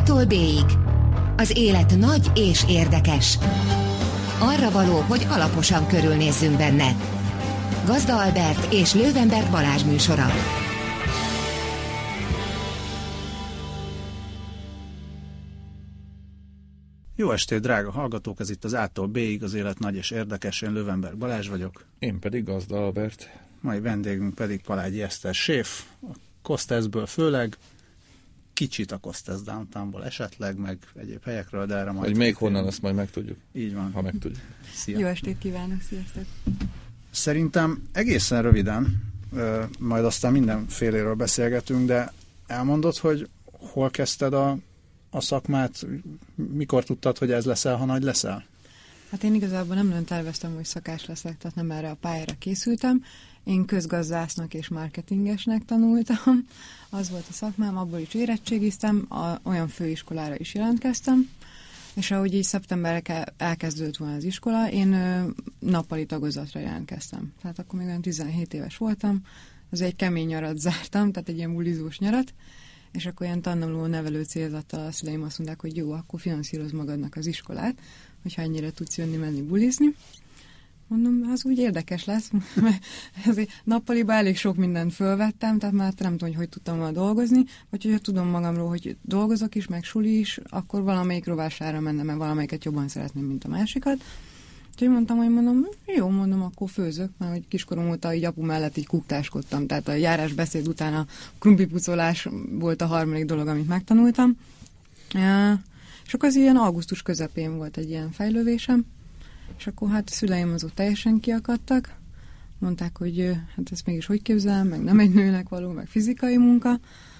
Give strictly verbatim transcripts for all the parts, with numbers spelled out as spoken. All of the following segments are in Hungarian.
A-tól B-ig. Az élet nagy és érdekes. Arra való, hogy alaposan körülnézzünk benne. Gazda Albert és Lővenberg Balázs műsora. Jó estét, drága hallgatók! Ez itt az A-tól B-ig, az élet nagy és érdekes. Én Lővenberg Balázs vagyok. Én pedig Gazda Albert. Mai vendégünk pedig Palágyi Eszter séf, a Kosteszből főleg, kicsit a Kostesz Downtownból esetleg, meg egyéb helyekről, de erre majd... Hogy még honnan, azt majd megtudjuk. Így van. Ha megtudjuk. Szia. Jó estét kívánok, sziasztok! Szerintem egészen röviden, majd aztán mindenféléről beszélgetünk, de elmondod, hogy hol kezdted a, a szakmát, mikor tudtad, hogy ez leszel, ha nagy leszel? Hát én igazából nem nagyon terveztem, hogy szakás leszek, tehát nem erre a pályára készültem. Én közgazdásznak és marketingesnek tanultam, az volt a szakmám, abból is érettségiztem, a, olyan főiskolára is jelentkeztem, és ahogy így szeptemberre elkezdődött volna az iskola, én ö, nappali tagozatra jelentkeztem. Tehát akkor még olyan tizenhét éves voltam, az egy kemény nyarat zártam, tehát egy ilyen bulizós nyarat, és akkor ilyen tanuló nevelő célzattal a szüleim azt mondták, hogy jó, akkor finanszíroz magadnak az iskolát, hogyha ennyire tudsz jönni-menni bulizni. Mondom, az úgy érdekes lesz, mert ezért nappaliban elég sok mindent fölvettem, tehát már nem tudom, hogy hogy tudtam volna dolgozni, vagy hogyha tudom magamról, hogy dolgozok is, meg suli is, akkor valamelyik rovására mennem, mert valamelyiket jobban szeretném, mint a másikat. Úgyhogy mondtam, hogy mondom, jó, mondom, akkor főzök, mert hogy kiskorom óta így apu mellett így kuktáskodtam, tehát a járásbeszéd után a krumplipucolás volt a harmadik dolog, amit megtanultam. Ja, és akkor az ilyen augusztus közepén volt egy ilyen fejlővésem, és akkor hát a szüleim azok teljesen kiakadtak, mondták, hogy hát ezt mégis hogy képzelem, meg nem egy nőnek való, meg fizikai munka,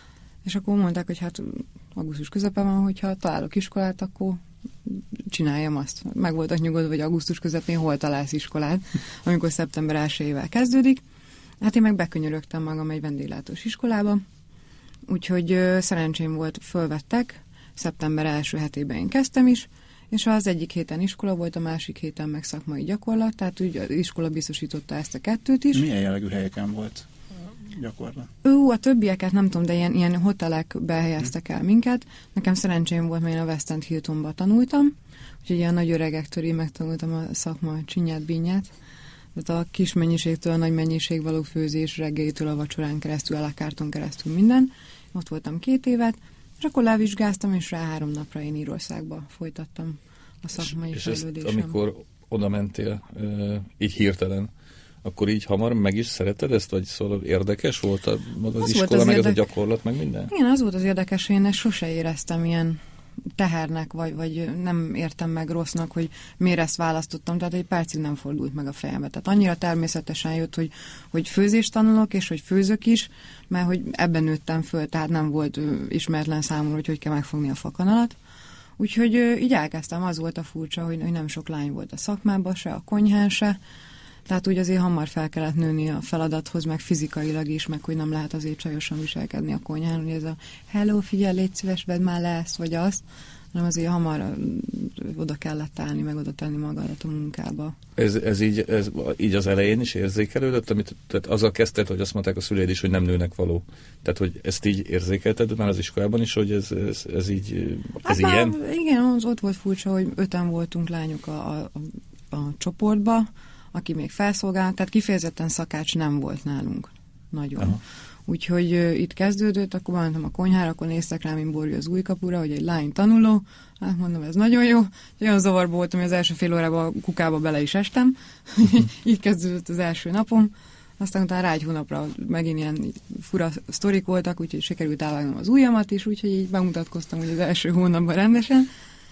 és akkor mondták, hogy hát augusztus közepe van, hogyha találok iskolát, akkor csináljam azt. Meg voltak nyugodva, hogy augusztus közepén hol találsz iskolát, amikor szeptember elsejével kezdődik. Hát én meg bekönyörögtem magam egy vendéglátós iskolába, úgyhogy ö, szerencsém volt, fölvettek, szeptember első hetében én kezdtem is, és az egyik héten iskola volt, a másik héten meg szakmai gyakorlat, tehát úgy az iskola biztosította ezt a kettőt is. Milyen jellegű helyeken volt gyakorlat? Ú, a többieket nem tudom, de ilyen, ilyen hotelekbe helyeztek el minket. Nekem szerencsém volt, mert én a West End Hiltonba tanultam, úgyhogy ilyen nagy öregektől én megtanultam a szakma csinyát, bínyát. Tehát a kis mennyiségtől a nagy mennyiség való főzés, reggelitől a vacsorán keresztül, a la carte keresztül minden. Ott voltam két évet, és akkor levizsgáztam, és rá három napra én Írországba folytattam a szakmai és, fejlődésem. És ezt, amikor oda mentél, így hirtelen, akkor így hamar meg is szeretted ezt, vagy szóval érdekes volt a, az, az iskola, az meg érdek... ez a gyakorlat, meg minden? Igen, az volt az érdekes, hogy én ezt sose éreztem ilyen tehernek, vagy, vagy nem értem meg rossznak, hogy miért ezt választottam, tehát egy percig nem fordult meg a fejembe. Tehát annyira természetesen jött, hogy, hogy főzést tanulok, és hogy főzök is, mert hogy ebben nőttem föl, tehát nem volt ismeretlen számomra, hogy hogy kell megfogni a fakanalat. Úgyhogy így elkezdtem, az volt a furcsa, hogy, hogy nem sok lány volt a szakmában, se a konyhán se, tehát úgy azért hamar fel kellett nőni a feladathoz, meg fizikailag is, meg hogy nem lehet azért csajosan viselkedni a konyhán, hogy ez a hello, figyelj, légy szíves, vedd már le ezt, vagy azt, hanem azért hamar oda kellett állni, meg oda tenni magadat a munkába. Ez, ez, így, ez így az elején is érzékelődött, amit tehát azzal kezdted, hogy azt mondták a szüleid is, hogy nem nőnek való. Tehát, hogy ezt így érzékelted már az iskolában is, hogy ez, ez, ez így, ez hát ilyen? Már, igen, az ott volt furcsa, hogy öten voltunk lányok a, a, a, a csoportba, aki még felszolgált, tehát kifejezetten szakács nem volt nálunk. Nagyon. Aha. Úgyhogy uh, itt kezdődött, akkor mentem a konyhára, akkor néztek rám, mint Borjú az Újkapura, hogy egy lány tanuló, hát mondom, ez nagyon jó. Olyan zavarba voltam, hogy az első fél órában a kukába bele is estem. Így kezdődött az első napom. Aztán utána rá egy hónapra megint ilyen fura sztorik voltak, úgyhogy sikerült elvágnom az ujjamat is, úgyhogy így bemutatkoztam úgy az első hónapban rendesen.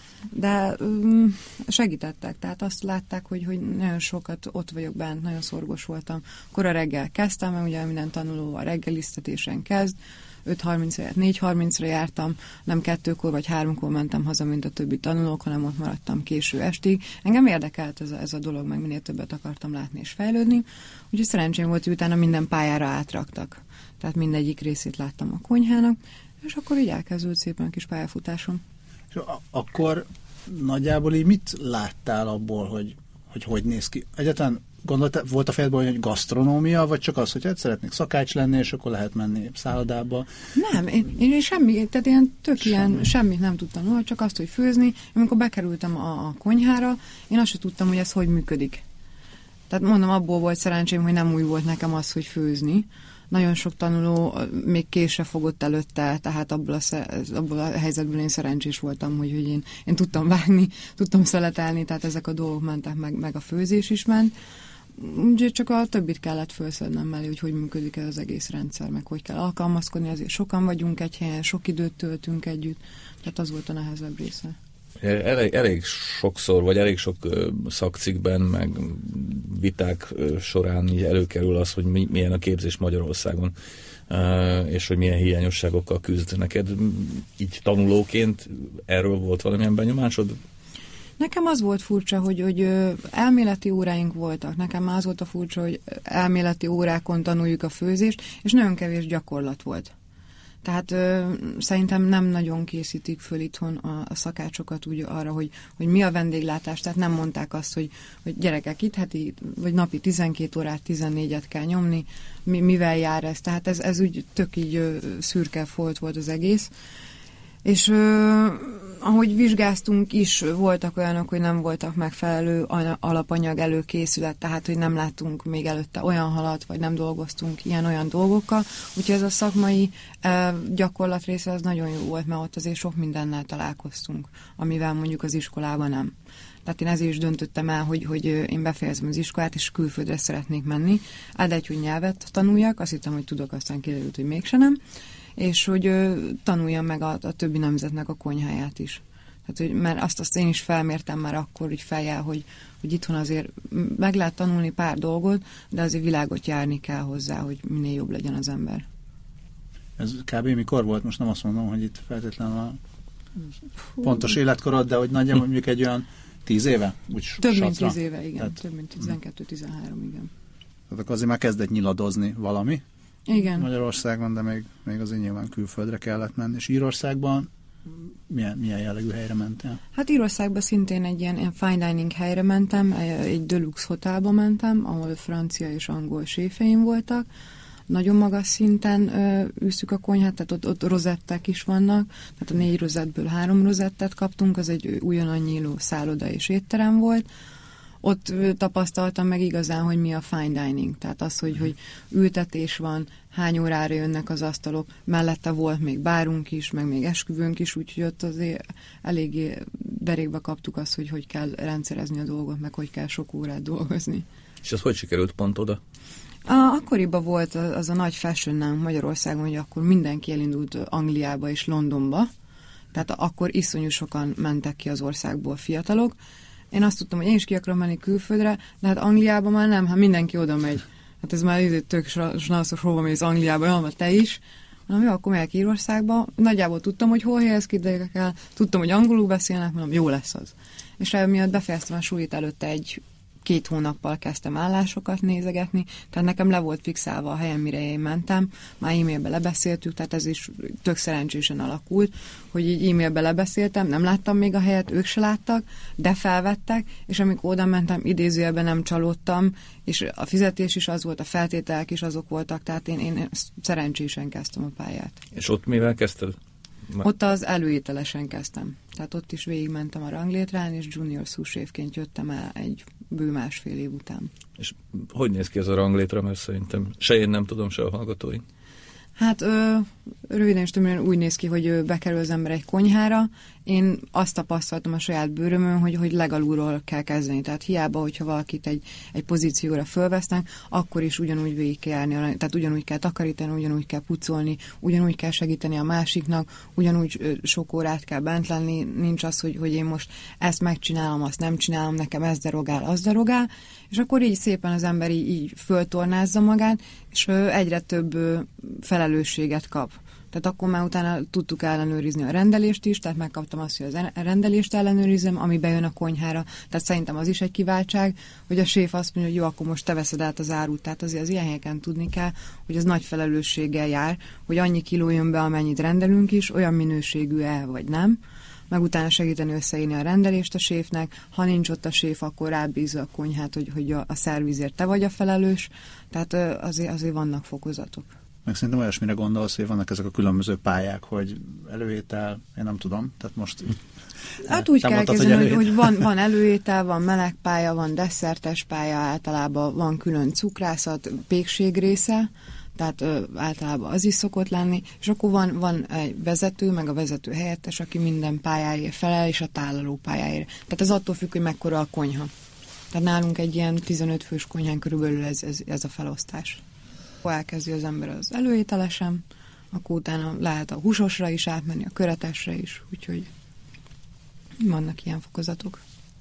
De um, segítettek, tehát azt látták, hogy, hogy nagyon sokat ott vagyok bent, nagyon szorgos voltam. Akkor a reggel kezdtem, mert ugye minden tanuló a reggeliztetésen kezd, öt harmincra, négy harmincra jártam, nem kettőkor vagy háromkor mentem haza, mint a többi tanulók, hanem ott maradtam késő estig. Engem érdekelt ez a, ez a dolog, meg minél többet akartam látni és fejlődni, úgyhogy szerencsém volt, hogy utána minden pályára átraktak. Tehát mindegyik részét láttam a konyhának, és akkor így elkezdődött szépen a kis pályafutásom. És akkor nagyjából így mit láttál abból, hogy hogy, hogy néz ki? Egyáltalán gondolt, volt a fejedben, hogy gasztronómia, vagy csak az, hogy hát szeretnék szakács lenni, és akkor lehet menni szállodába? Nem, én, én semmi, tehát ilyen tök semmi. ilyen, semmit nem tudtam róla, csak azt, hogy főzni. Amikor bekerültem a, a konyhára, én azt sem tudtam, hogy ez hogy működik. Tehát mondom, abból volt szerencsém, hogy nem új volt nekem az, hogy főzni. Nagyon sok tanuló még késre fogott előtte, tehát abból a, abból a helyzetből én szerencsés voltam, hogy, hogy én, én tudtam vágni, tudtam szeletelni, tehát ezek a dolgok mentek, meg, meg a főzés is ment. Úgyhogy csak a többit kellett felszednem mellé, hogy hogy működik ez az egész rendszer, meg hogy kell alkalmazkodni, azért sokan vagyunk egy helyen, sok időt töltünk együtt, tehát az volt a nehezebb része. Elég, elég sokszor, vagy elég sok uh, szakcikkben, meg viták uh, során így előkerül az, hogy mi, milyen a képzés Magyarországon, uh, és hogy milyen hiányosságokkal küzd. Neked így tanulóként erről volt valamilyen benyomásod? Nekem az volt furcsa, hogy, hogy elméleti óráink voltak. Nekem az volt a furcsa, hogy elméleti órákon tanuljuk a főzést, és nagyon kevés gyakorlat volt. Tehát ö, szerintem nem nagyon készítik föl itthon a, a szakácsokat úgy arra, hogy, hogy mi a vendéglátás. Tehát nem mondták azt, hogy, hogy gyerekek, itt heti, vagy napi tizenkét órát, tizennégyet kell nyomni, mi, mivel jár ez. Tehát ez, ez úgy tök így ö, szürke folt volt az egész. És ö, ahogy vizsgáztunk is, voltak olyanok, hogy nem voltak megfelelő alapanyag előkészület, tehát hogy nem láttunk még előtte olyan halat, vagy nem dolgoztunk ilyen-olyan dolgokkal. Úgyhogy ez a szakmai ö, gyakorlat része az nagyon jó volt, mert ott azért sok mindennel találkoztunk, amivel mondjuk az iskolában nem. Tehát én ezért is döntöttem el, hogy, hogy én befejezem az iskolát, és külföldre szeretnék menni. Áldegy, hogy nyelvet tanuljak, azt hittem, hogy tudok, aztán kiderült, hogy mégse nem. És hogy ö, tanuljam meg a, a többi nemzetnek a konyháját is. Tehát, hogy, mert azt, azt én is felmértem már akkor, hogy feljel, hogy, hogy itthon azért meg lehet tanulni pár dolgot, de azért világot járni kell hozzá, hogy minél jobb legyen az ember. Ez kb. Mikor volt? Most nem azt mondom, hogy itt feltétlenül a pontos életkorod, de hogy nagyjából mondjuk egy olyan tíz éve? Úgy több satra. mint tíz éve, igen. Tehát, több mint tizenkettő tizenhárom, igen. Tehát akkor azért már kezdett nyiladozni valami. Igen. Magyarországon, de még, még azért nyilván külföldre kellett menni. És Írországban milyen, milyen jellegű helyre mentél? Hát Írországban szintén egy ilyen, ilyen fine dining helyre mentem, egy deluxe hotelba mentem, ahol francia és angol séfeim voltak. Nagyon magas szinten ö, űztük a konyhát, tehát ott, ott rozettek is vannak, tehát a négy rozettből három rozettet kaptunk, az egy újonnan nyíló szálloda és étterem volt. Ott tapasztaltam meg igazán, hogy mi a fine dining. Tehát az, hogy, hogy ültetés van, hány órára jönnek az asztalok, mellette volt még bárunk is, meg még esküvőnk is, úgyhogy ott azért eléggé derékbe kaptuk azt, hogy hogy kell rendszerezni a dolgot, meg hogy kell sok órát dolgozni. És ez hogy sikerült pont oda? A, akkoriban volt az a nagy fashion Magyarországon, hogy akkor mindenki elindult Angliába és Londonba, tehát akkor iszonyú sokan mentek ki az országból fiatalok. Én azt tudtam, hogy én is ki akarom menni külföldre, de hát Angliában már nem, hát mindenki oda megy. Hát ez már tök snalszos, hova mész Angliába, olyan, mert te is. Mondom, jó, akkor megyek Írországba. Nagyjából tudtam, hogy hol helyezkedek el, tudtam, hogy angolul beszélnek, mondom, jó lesz az. És emiatt befejeztem a sulit előtte egy két hónappal kezdtem állásokat nézegetni, tehát nekem le volt fixálva a helyem, mire én mentem, már e-mailbe lebeszéltük, tehát ez is tök szerencsésen alakult, hogy így e-mailbe lebeszéltem, nem láttam még a helyet, ők se láttak, de felvettek, és amikor oda mentem, idézőjelben nem csalódtam, és a fizetés is az volt, a feltételek is azok voltak, tehát én, én szerencsésen kezdtem a pályát. És ott mivel kezdted? Ott az előételesen kezdtem. Tehát ott is végigmentem a ranglétrán, és junior sous-chefként jöttem el egy bő másfél év után. És hogy néz ki ez a ranglétra, mert szerintem se én nem tudom, se a hallgatóink. Hát ö, röviden és tömören úgy néz ki, hogy bekerül az ember egy konyhára. Én azt tapasztaltam a saját bőrömön, hogy, hogy legalulról kell kezdeni. Tehát hiába, hogyha valakit egy, egy pozícióra fölvesznek, akkor is ugyanúgy végig kell járni, tehát ugyanúgy kell takarítani, ugyanúgy kell pucolni, ugyanúgy kell segíteni a másiknak, ugyanúgy sok órát kell bent lenni. Nincs az, hogy, hogy én most ezt megcsinálom, azt nem csinálom, nekem ez derogál, az derogál. És akkor így szépen az ember így, így föltornázza magát, és egyre több felelősséget kap. Tehát akkor már utána tudtuk ellenőrizni a rendelést is, tehát megkaptam azt, hogy a rendelést ellenőrizem, ami bejön a konyhára. Tehát szerintem az is egy kiváltság, hogy a séf azt mondja, hogy jó, akkor most te veszed át az árut. Tehát azért az ilyen helyeken tudni kell, hogy az nagy felelősséggel jár, hogy annyi kiló jön be, amennyit rendelünk is, olyan minőségű-e vagy nem. meg utána segíteni összeírni a rendelést a séfnek, ha nincs ott a séf, akkor rábízza a konyhát, hogy, hogy a, a szervizért te vagy a felelős, tehát azért, azért vannak fokozatok. Meg szerintem olyasmire gondolsz, hogy vannak ezek a különböző pályák, hogy előétel, én nem tudom, tehát most... Hát úgy kell kezdeni, hogy, hogy van, van előétel, van melegpálya, van desszertes pálya, általában van külön cukrászat, pékség része, tehát ö, általában az is szokott lenni, és akkor van, van egy vezető, meg a vezető helyettes, aki minden pályáért felel, és a tálaló pályáért. Tehát ez attól függ, hogy mekkora a konyha. Tehát nálunk egy ilyen tizenöt fős konyhán körülbelül ez, ez, ez a felosztás. Akkor elkezdi az ember az előételesen, akkor utána lehet a húsosra is átmenni, a köretesre is, úgyhogy vannak ilyen fokozatok.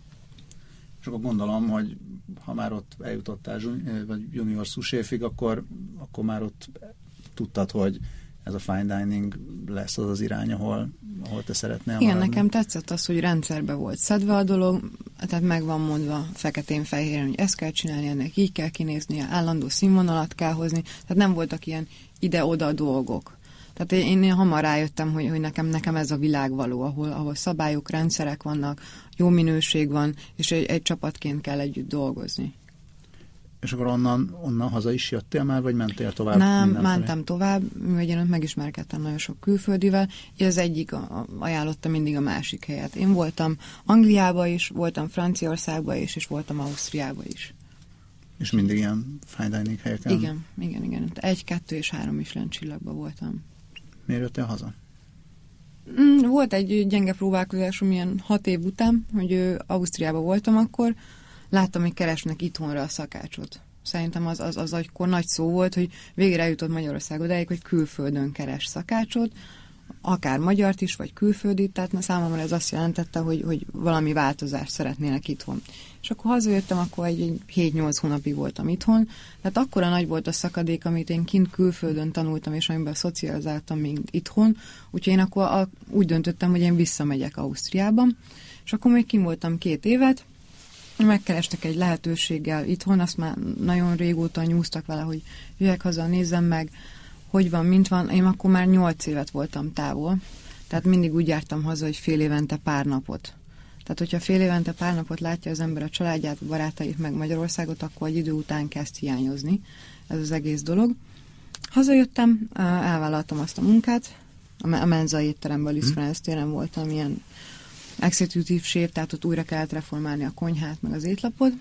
És akkor gondolom, hogy ha már ott eljutottál vagy junior sous-chefig, akkor, akkor már ott tudtad, hogy ez a fine dining lesz az az irány, ahol, ahol te szeretnél Igen, maradni. Nekem tetszett az, hogy rendszerbe volt szedve a dolog, tehát meg van mondva feketén-fehéren, hogy ezt kell csinálni, ennek így kell kinéznie, állandó színvonalat kell hozni, tehát nem voltak ilyen ide-oda dolgok. Tehát én, én hamar rájöttem, hogy, hogy nekem, nekem ez a világ való, ahol, ahol szabályok, rendszerek vannak, jó minőség van, és egy, egy csapatként kell együtt dolgozni. És akkor onnan, onnan haza is jöttél már, vagy mentél tovább? Nem, mentem tovább, mert én ott megismerkedtem nagyon sok külföldivel, és az egyik a, a, ajánlotta mindig a másik helyet. Én voltam Angliába is, voltam Franciaországba is, és voltam Ausztriába is. És mindig ilyen fine dining helyeken? Igen, igen, igen. Egy, kettő és három Michelin csillagban voltam. Miért jöttél haza? Volt egy gyenge próbálkozásom ilyen hat év után, hogy Ausztriában voltam akkor, láttam, hogy keresnek itthonra a szakácsot. Szerintem az, az, az akkor nagy szó volt, hogy végre eljutott Magyarország odáig, hogy külföldön keres szakácsot, akár magyart is, vagy külföldit, tehát na, számomra ez azt jelentette, hogy, hogy valami változást szeretnének itthon. És akkor hazajöttem, akkor egy, egy hét-nyolc hónapig voltam itthon, tehát akkora nagy volt a szakadék, amit én kint külföldön tanultam, és amiben szocializáltam még itthon, úgyhogy én akkor a, úgy döntöttem, hogy én visszamegyek Ausztriába, és akkor még kint voltam két évet, megkerestek egy lehetőséggel itthon, azt már nagyon régóta nyúztak vele, hogy jöjjek haza, nézzem meg, hogy van, mint van. Én akkor már nyolc évet voltam távol, tehát mindig úgy jártam haza, hogy fél évente pár napot. Tehát, hogyha fél évente pár napot látja az ember a családját, a barátait, meg Magyarországot, akkor egy idő után kezd hiányozni ez az egész dolog. Hazajöttem, elvállaltam azt a munkát, a Menza étteremben, Liszt Ferenc téren voltam ilyen executive chef, tehát ott újra kellett reformálni a konyhát, meg az étlapot,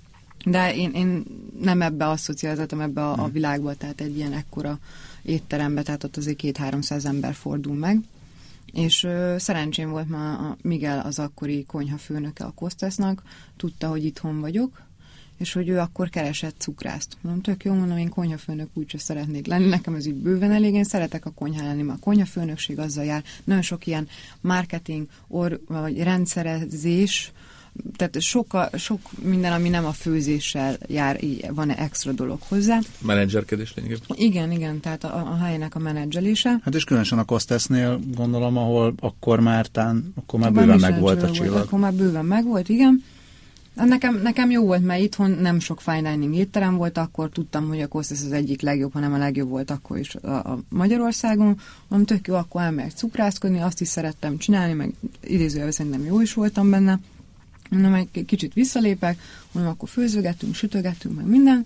de én, én nem ebbe asszociáltam, ebbe a, a világba, tehát egy ilyen ekkora étterembe, tehát ott azért két-háromszáz ember fordul meg, és ö, szerencsém volt már a Miguel, az akkori konyhafőnöke a Kostesznak, tudta, hogy itthon vagyok, és hogy ő akkor keresett cukrászt. Mondom, tök jó, mondom, én konyhafőnök úgyse szeretnék lenni, nekem ez így bőven elég, én szeretek a konyhán lenni, mert a konyhafőnökség azzal jár, nagyon sok ilyen marketing, or, vagy rendszerezés, tehát sok, sok minden, ami nem a főzéssel jár, így van extra dolog hozzá. Menedzserkedés lényegében? Igen, igen, tehát a, a helynek a menedzselése. Hát és különösen a Kostesznél gondolom, ahol akkor már tán, akkor már bőven meg volt a csillag. Volt, akkor már bőven meg volt, igen. Nekem, nekem jó volt, mert itthon nem sok fine dining étterem volt, akkor tudtam, hogy a Kostesz az egyik legjobb, hanem a legjobb volt akkor is a, a Magyarországon. Mondom, tök jó, akkor elmegyek cukrászkodni, azt is szerettem csinálni, meg idézőjelben szerintem jó is voltam benne. Mondom, egy kicsit visszalépek, mondom, akkor főzögetünk, sütögetünk, meg minden.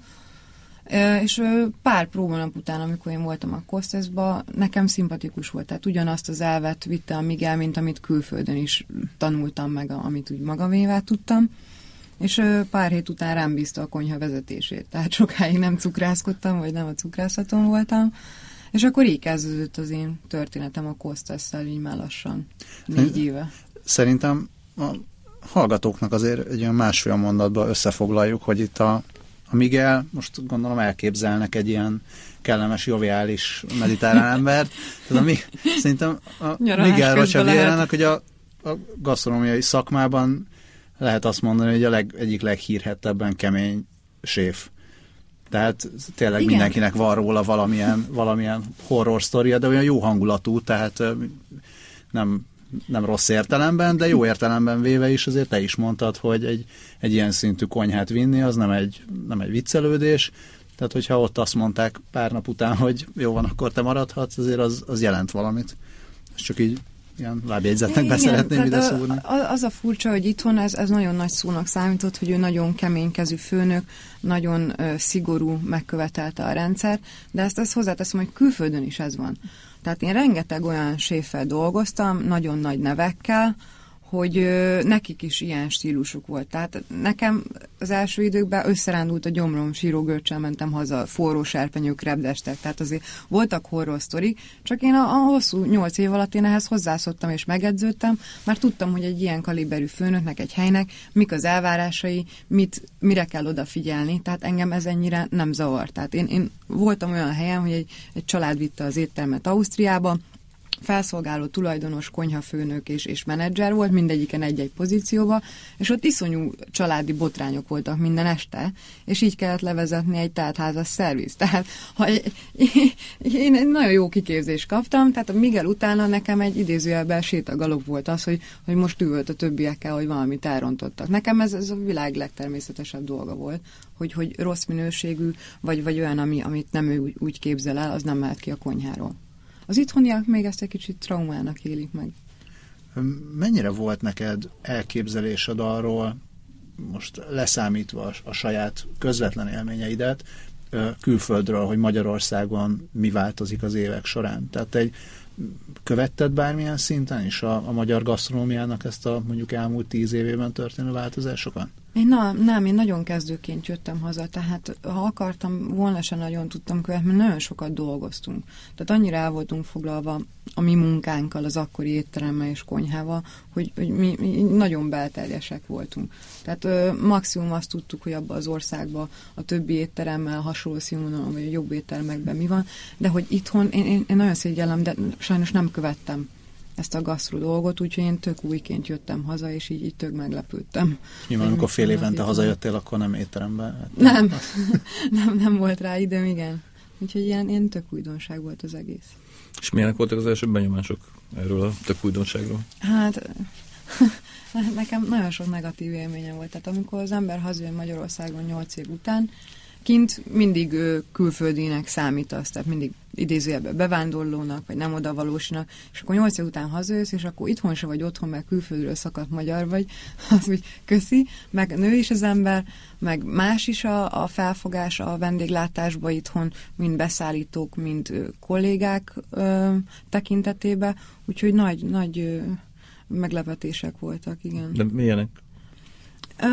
E, és pár próbanap után, amikor én voltam a Kosteszba, nekem szimpatikus volt, tehát ugyanazt az elvet vitte a Miguel, mint amit külföldön is tanultam meg, amit úgy magamévá tudtam. És pár hét után rám bízta a konyha vezetését, tehát sokáig nem cukrászkodtam, vagy nem a cukrászaton voltam, és akkor így kezdődött az én történetem a Kostesszel, így már lassan négy éve. Szerintem a hallgatóknak azért egy olyan másfél mondatban összefoglaljuk, hogy itt a, a Miguel, most gondolom elképzelnek egy ilyen kellemes, joviális, mediterrán embert. Tehát a mi, szerintem a Miguel Rocha-Vierának, hogy a, a gasztronómiai szakmában lehet azt mondani, hogy a leg, egyik leghírhettebben kemény séf. Tehát tényleg igen, mindenkinek van róla valamilyen, valamilyen horror sztoria, de olyan jó hangulatú, tehát nem, nem rossz értelemben, de jó értelemben véve is azért te is mondtad, hogy egy, egy ilyen szintű konyhát vinni, az nem egy, nem egy viccelődés. Tehát, hogyha ott azt mondták pár nap után, hogy jó van, akkor te maradhatsz, azért az, az jelent valamit. Ezt csak így ilyen lábjegyzetnek be szeretném ide szúrni. Az a furcsa, hogy itthon ez, ez nagyon nagy szónak számított, hogy ő nagyon keménykezű főnök, nagyon uh, szigorú megkövetelte a rendszert, de ezt, ezt hozzáteszem, hogy külföldön is ez van. Tehát én rengeteg olyan séffel dolgoztam, nagyon nagy nevekkel, hogy ö, nekik is ilyen stílusuk volt. Tehát nekem az első időkben összerándult a gyomrom, sírógörcsel mentem haza, forró serpenyők repdestek, tehát azért voltak horror sztorik, csak én a, a hosszú nyolc év alatt én ehhez hozzászoktam és megedződtem, már tudtam, hogy egy ilyen kaliberű főnöknek, egy helynek mik az elvárásai, mit, mire kell odafigyelni, tehát engem ez ennyire nem zavar. Tehát én, én voltam olyan helyen, hogy egy, egy család vitte az éttermet Ausztriába, felszolgáló tulajdonos, konyhafőnök és, és menedzser volt, mindegyiken egy-egy pozícióba, és ott iszonyú családi botrányok voltak minden este, és így kellett levezetni egy teltházas szerviz. Tehát ha én egy nagyon jó kiképzést kaptam, tehát a Miguel utána nekem egy idézőjelben sétagalop volt az, hogy, hogy most üvölt a többiekkel, hogy valamit elrontottak. Nekem ez, ez a világ legtermészetesebb dolga volt, hogy, hogy rossz minőségű, vagy, vagy olyan, ami, amit nem ő úgy, úgy képzel el, az nem mehet ki a konyháról. Az itthoniak még ezt egy kicsit traumának élik meg. Mennyire volt neked elképzelésed arról, most leszámítva a, a saját közvetlen élményeidet, külföldről, hogy Magyarországon mi változik az évek során? Tehát egy követted bármilyen szinten is a, a magyar gasztronómiának ezt a mondjuk elmúlt tíz évében történő változásokat? Én na, nem, én nagyon kezdőként jöttem haza, tehát ha akartam, volna sem nagyon tudtam követni, mert nagyon sokat dolgoztunk. Tehát annyira el voltunk foglalva a mi munkánkkal, az akkori étteremmel és konyhával, hogy, hogy mi, mi nagyon belterjesek voltunk. Tehát ö, maximum azt tudtuk, hogy abban az országban a többi étteremmel hasonló színvonalon, vagy a jobb éttermekben mi van, de hogy itthon én, én, én nagyon szégyellem, de sajnos nem követtem ezt a gasztro dolgot, úgyhogy én tök újként jöttem haza, és így, így tök meglepődtem. Nyilván, amikor fél évente hazajöttél, akkor nem étteremben? Nem, nem, nem volt rá időm, igen. Úgyhogy ilyen, ilyen tök újdonság volt az egész. És milyenek voltak az első benyomások erről a tök újdonságról? Hát, nekem nagyon sok negatív élményem volt. Tehát amikor az ember hazajön Magyarországon nyolc év után, kint mindig ő, külföldinek számítasz, tehát mindig idézőjelben bevándorlónak, vagy nem odavalósnak, és akkor nyolc év után hazajössz, és akkor itthon se vagy otthon, meg külföldről szakadt magyar vagy, az úgy köszi, meg nő is az ember, meg más is a, a felfogás a vendéglátásba itthon, mind beszállítók, mind ö, kollégák ö, tekintetében, úgyhogy nagy, nagy ö, meglepetések voltak, igen. De milyenek? Ö,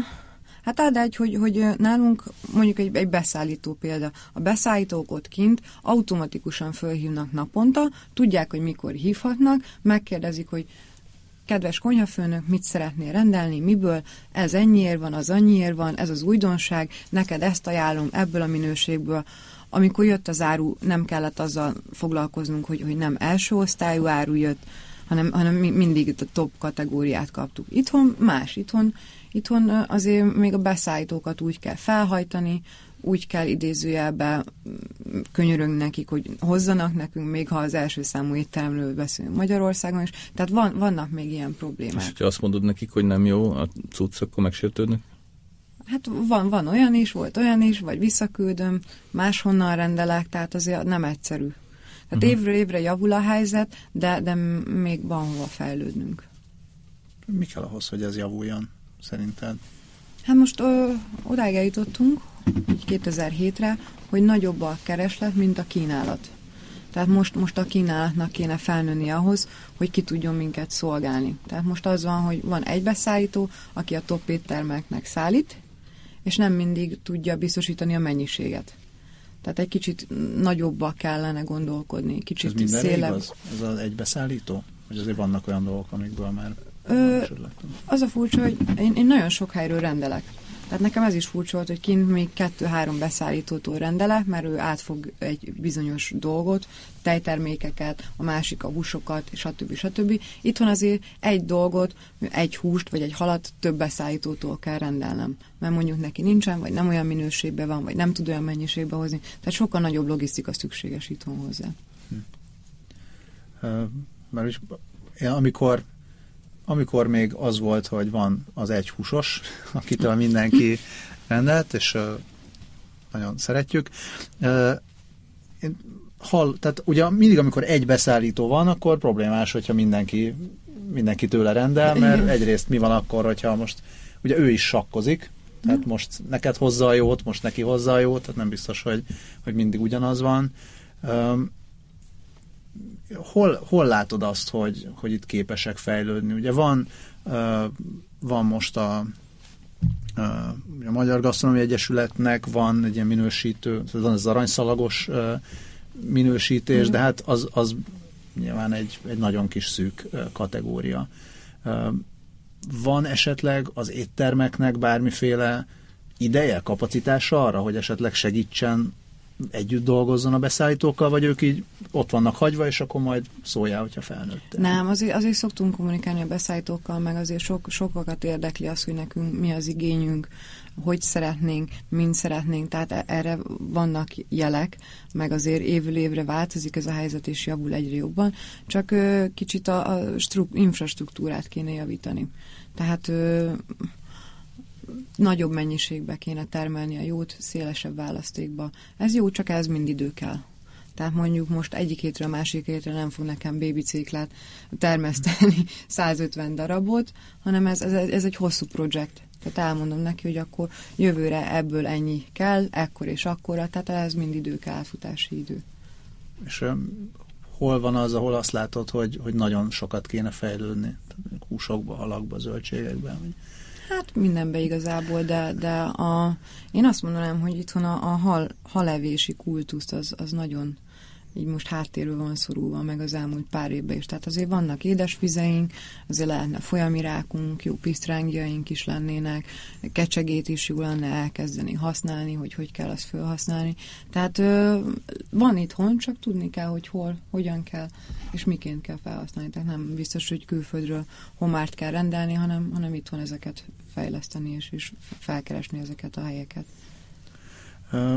Hát add egy, hogy, hogy nálunk mondjuk egy, egy beszállító példa. A beszállítók ott kint automatikusan fölhívnak naponta, tudják, hogy mikor hívhatnak, megkérdezik, hogy kedves konyhafőnök, mit szeretnél rendelni, miből, ez ennyiért van, az annyiért van, ez az újdonság, neked ezt ajánlom ebből a minőségből. Amikor jött az áru, nem kellett azzal foglalkoznunk, hogy, hogy nem első osztályú áru jött, hanem, hanem mindig a top kategóriát kaptuk. Itthon más, itthon Itthon azért még a beszállítókat úgy kell felhajtani, úgy kell idézőjelbe könyörögni nekik, hogy hozzanak nekünk, még ha az első számú étteremről beszélünk Magyarországon is. Tehát van, vannak még ilyen problémák. És ha azt mondod nekik, hogy nem jó a cucc, akkor megsértődnek? Hát van, van olyan is, volt olyan is, vagy visszaküldöm, máshonnan rendelek, tehát azért nem egyszerű. Tehát uh-huh. évről évre javul a helyzet, de, de még van hova fejlődnünk. Mi kell ahhoz, hogy ez javuljon, szerinted? Hát most ö, odáig eljutottunk, így kétezer-hétre, hogy nagyobb a kereslet, mint a kínálat. Tehát most, most a kínálatnak kéne felnőni ahhoz, hogy ki tudjon minket szolgálni. Tehát most az van, hogy van egy beszállító, aki a top éttermeknek szállít, és nem mindig tudja biztosítani a mennyiséget. Tehát egy kicsit nagyobbba kellene gondolkodni, kicsit szélebb. Ez mindenre igaz? Ez az egy beszállító? Vagy azért vannak olyan dolgok, amikből már... Ö, az a furcsa, hogy én, én nagyon sok helyről rendelek. Tehát nekem ez is furcsa volt, hogy kint még kettő-három beszállítótól rendelek, mert ő átfog egy bizonyos dolgot, tejtermékeket, a másik a húsokat, stb. stb. Itthon azért egy dolgot, egy húst vagy egy halat több beszállítótól kell rendelnem. Mert mondjuk neki nincsen, vagy nem olyan minőségben van, vagy nem tud olyan mennyiségbe hozni. Tehát sokkal nagyobb logisztika szükséges itthon hozzá. Hm. Uh, mert is, ja, amikor Amikor még az volt, hogy van az egy húsos, akitől mindenki rendelt, és uh, nagyon szeretjük. Uh, én hall, tehát ugye mindig, amikor egy beszállító van, akkor problémás, hogyha mindenki, mindenki tőle rendel, mert egyrészt mi van akkor, hogyha most, ugye ő is sakkozik, tehát most neked hozza a jót, most neki hozza a jót, tehát nem biztos, hogy, hogy mindig ugyanaz van. Um, hol, hol látod azt, hogy, hogy itt képesek fejlődni? Ugye van, uh, van most a, uh, a Magyar Gasztronómiai Egyesületnek van egy ilyen minősítő, van az aranyszalagos uh, minősítés, mm. de hát az, az nyilván egy, egy nagyon kis szűk uh, kategória. Uh, van esetleg az éttermeknek bármiféle ideje, kapacitása arra, hogy esetleg segítsen, együtt dolgozzon a beszállítókkal, vagy ők így ott vannak hagyva, és akkor majd szóljál, hogyha felnőttél? Nem, azért, azért szoktunk kommunikálni a beszállítókkal, meg azért sok, sokakat érdekli az, hogy nekünk mi az igényünk, hogy szeretnénk, mind szeretnénk, tehát erre vannak jelek, meg azért évről évre változik ez a helyzet, és javul egyre jobban, csak ö, kicsit a, a stru- infrastruktúrát kéne javítani. Tehát ö, nagyobb mennyiségbe kéne termelni a jót, szélesebb választékba. Ez jó, csak ez mind idő kell. Tehát mondjuk most egyik hétről a másik hétre nem fog nekem bébicéklát termeszteni százötven darabot, hanem ez, ez, ez egy hosszú projekt. Tehát elmondom neki, hogy akkor jövőre ebből ennyi kell, ekkor és akkora, tehát ez mind idő kell, elfutási idő. És um, hol van az, ahol azt látod, hogy, hogy nagyon sokat kéne fejlődni? Húsokba, halakba, zöldségekben? Vagy... Hát mindenbe igazából, de, de a, én azt mondanám, hogy itthon a, a hal, halevési kultuszt az, az nagyon így most háttérről van szorulva, meg az elmúlt pár évben is. Tehát azért vannak édesvizeink, azért lehetne folyami rákunk, jó pisztrángjaink is lennének, kecsegét is jó lenne elkezdeni használni, hogy hogy kell azt felhasználni. Tehát ö, van itthon, csak tudni kell, hogy hol, hogyan kell, és miként kell felhasználni. Tehát nem biztos, hogy külföldről homárt kell rendelni, hanem, hanem itthon ezeket fejleszteni, és, és felkeresni ezeket a helyeket. Uh.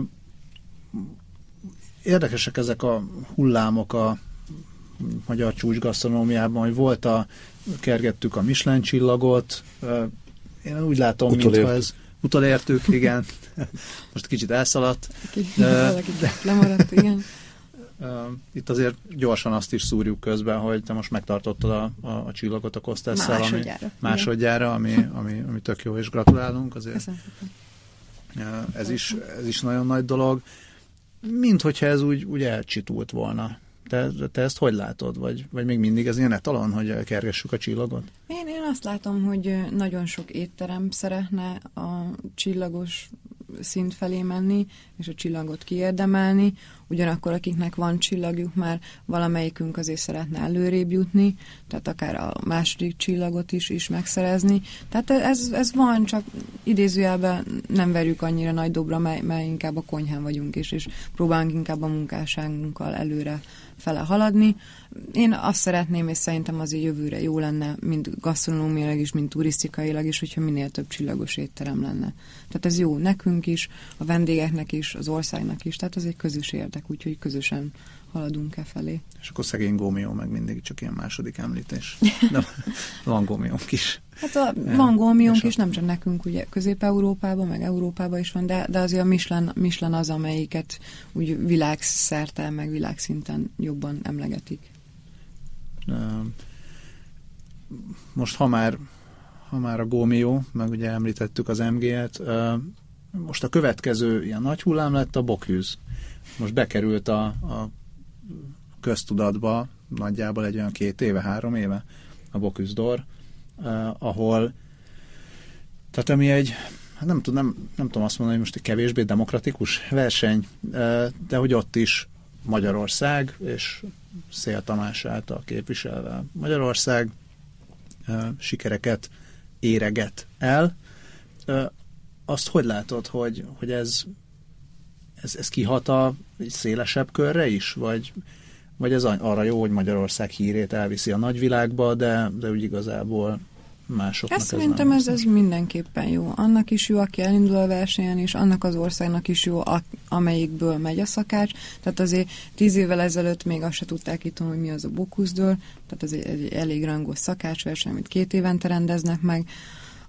Érdekesek ezek a hullámok a magyar csúcsgasztronómiában, hogy volt a, kergettük a Michelin csillagot, én úgy látom, mintha ez utolértük, igen, most kicsit elszaladt. De, de, lemaradt, igen. Itt azért gyorsan azt is szúrjuk közben, hogy te most megtartottad a, a, a csillagot a Kostesszel, másodjára, ami, másodjára ami, ami, ami tök jó, és gratulálunk azért. Ez is, ez is nagyon nagy dolog. Mint hogyha ez úgy, úgy elcsitult volna. Te, te ezt hogy látod? Vagy, vagy még mindig ez ilyen etalon, hogy kergessük a csillagot? Én, én azt látom, hogy nagyon sok étterem szeretne a csillagos szint felé menni, és a csillagot kiérdemelni. Ugyanakkor akiknek van csillagjuk, már valamelyikünk azért szeretne előrébb jutni, tehát akár a második csillagot is, is megszerezni. Tehát ez, ez van, csak idézőjelben nem verjük annyira nagy dobra, mely, mely inkább a konyhán vagyunk, és, és próbálunk inkább a munkásságunkkal előre fele haladni. Én azt szeretném, és szerintem azért jövőre jó lenne, mind gasztronómiailag is, mind turisztikailag is, hogyha minél több csillagos étterem lenne. Tehát ez jó nekünk is, a vendégeknek is, az országnak is, tehát ez egy közös érdek, úgyhogy közösen haladunk e felé. És akkor szegény Gómió meg mindig csak ilyen második említés. De van Gómiónk is. Hát a, van Gómiónk is, nem csak nekünk, ugye Közép-Európában, meg Európában is van, de, de azért a Michelin, Michelin az, amelyiket úgy világszerte, meg világszinten jobban emlegetik. Most ha már, ha már a Gómió, meg ugye említettük az em gé-et, most a következő ilyen nagy hullám lett a Bocuse. Most bekerült a, a köztudatba nagyjából egy olyan két éve, három éve a Bocuse d'Or, eh, ahol tehát ami egy, nem, nem, nem tudom azt mondani, hogy most egy kevésbé demokratikus verseny, eh, de hogy ott is Magyarország és Szél Tamás által képviselve Magyarország eh, sikereket éreget el. Eh, azt hogy látod, hogy, hogy ez Ez, ez kihat a szélesebb körre is? Vagy, vagy ez arra jó, hogy Magyarország hírét elviszi a nagyvilágba, de, de úgy igazából másoknak ez ez szerintem nem ez, ez mindenképpen jó. Annak is jó, aki elindul a versenyen, és annak az országnak is jó, a, amelyikből megy a szakács. Tehát azért tíz évvel ezelőtt még azt se tudták itt, hogy mi az a Bocuse d'Or, tehát ez egy, egy elég rangos szakácsverseny, amit két évente rendeznek meg.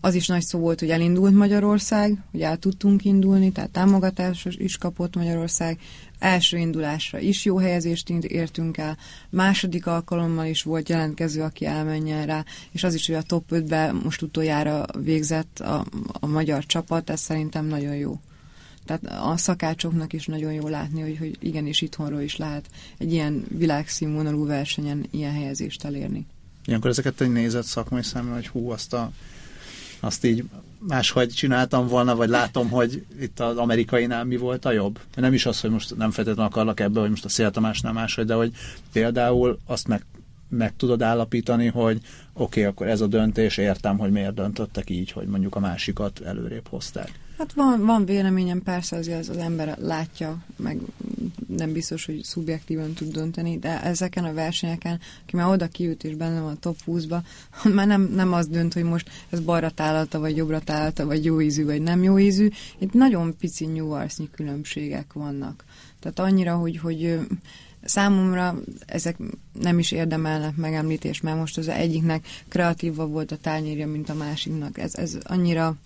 Az is nagy szó volt, hogy elindult Magyarország, hogy el tudtunk indulni, tehát támogatást is kapott Magyarország. Első indulásra is jó helyezést értünk el, második alkalommal is volt jelentkező, aki elmenjen rá, és az is, hogy a top ötbe most utoljára végzett a, a magyar csapat, ez szerintem nagyon jó. Tehát a szakácsoknak is nagyon jó látni, hogy, hogy igenis itthonról is lehet egy ilyen világszínvonalú versenyen ilyen helyezést elérni. Ilyenkor ezeket egy nézett szakmai szemmel, hogy hú, azt, a, azt így máshogy csináltam volna, vagy látom, hogy itt az amerikainál mi volt a jobb. Nem is az, hogy most nem feltétlenül akarlak ebbe, hogy most a Szél Tamásnál máshogy, de hogy például azt meg, meg tudod állapítani, hogy oké, okay, akkor ez a döntés, értem, hogy miért döntöttek így, hogy mondjuk a másikat előrébb hozták. Hát van, van véleményem, persze azért az, az ember látja, meg nem biztos, hogy szubjektíven tud dönteni, de ezeken a versenyeken, aki már oda kijött és benne van a top húszba, már nem, nem az dönt, hogy most ez balra tálalta, vagy jobbra tálalta, vagy jó ízű, vagy nem jó ízű. Itt nagyon pici nyuvarsznyi különbségek vannak. Tehát annyira, hogy, hogy számomra ezek nem is érdemelnek megemlítést, mert most az egyiknek kreatívabb volt a tányérja, mint a másiknak. Ez, ez annyira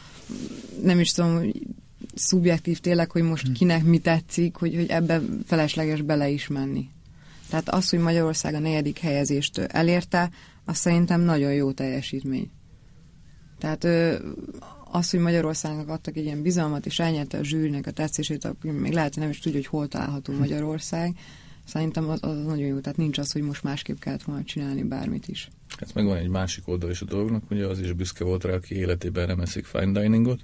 nem is tudom, hogy szubjektív tényleg, hogy most kinek mi tetszik, hogy, hogy ebbe felesleges bele is menni. Tehát az, hogy Magyarország a negyedik helyezést elérte, az szerintem nagyon jó teljesítmény. Tehát az, hogy Magyarországnak adtak egy ilyen bizalmat, és elnyerte a zsűrinek a tetszését, akkor még lehet, hogy nem is tudja, hogy hol található Magyarország. Szerintem az, az nagyon jó. Tehát nincs az, hogy most másképp kellett volna csinálni bármit is. Hát meg van egy másik oldal is a dolognak, ugye az is büszke volt rá, aki életében nem eszik fine diningot.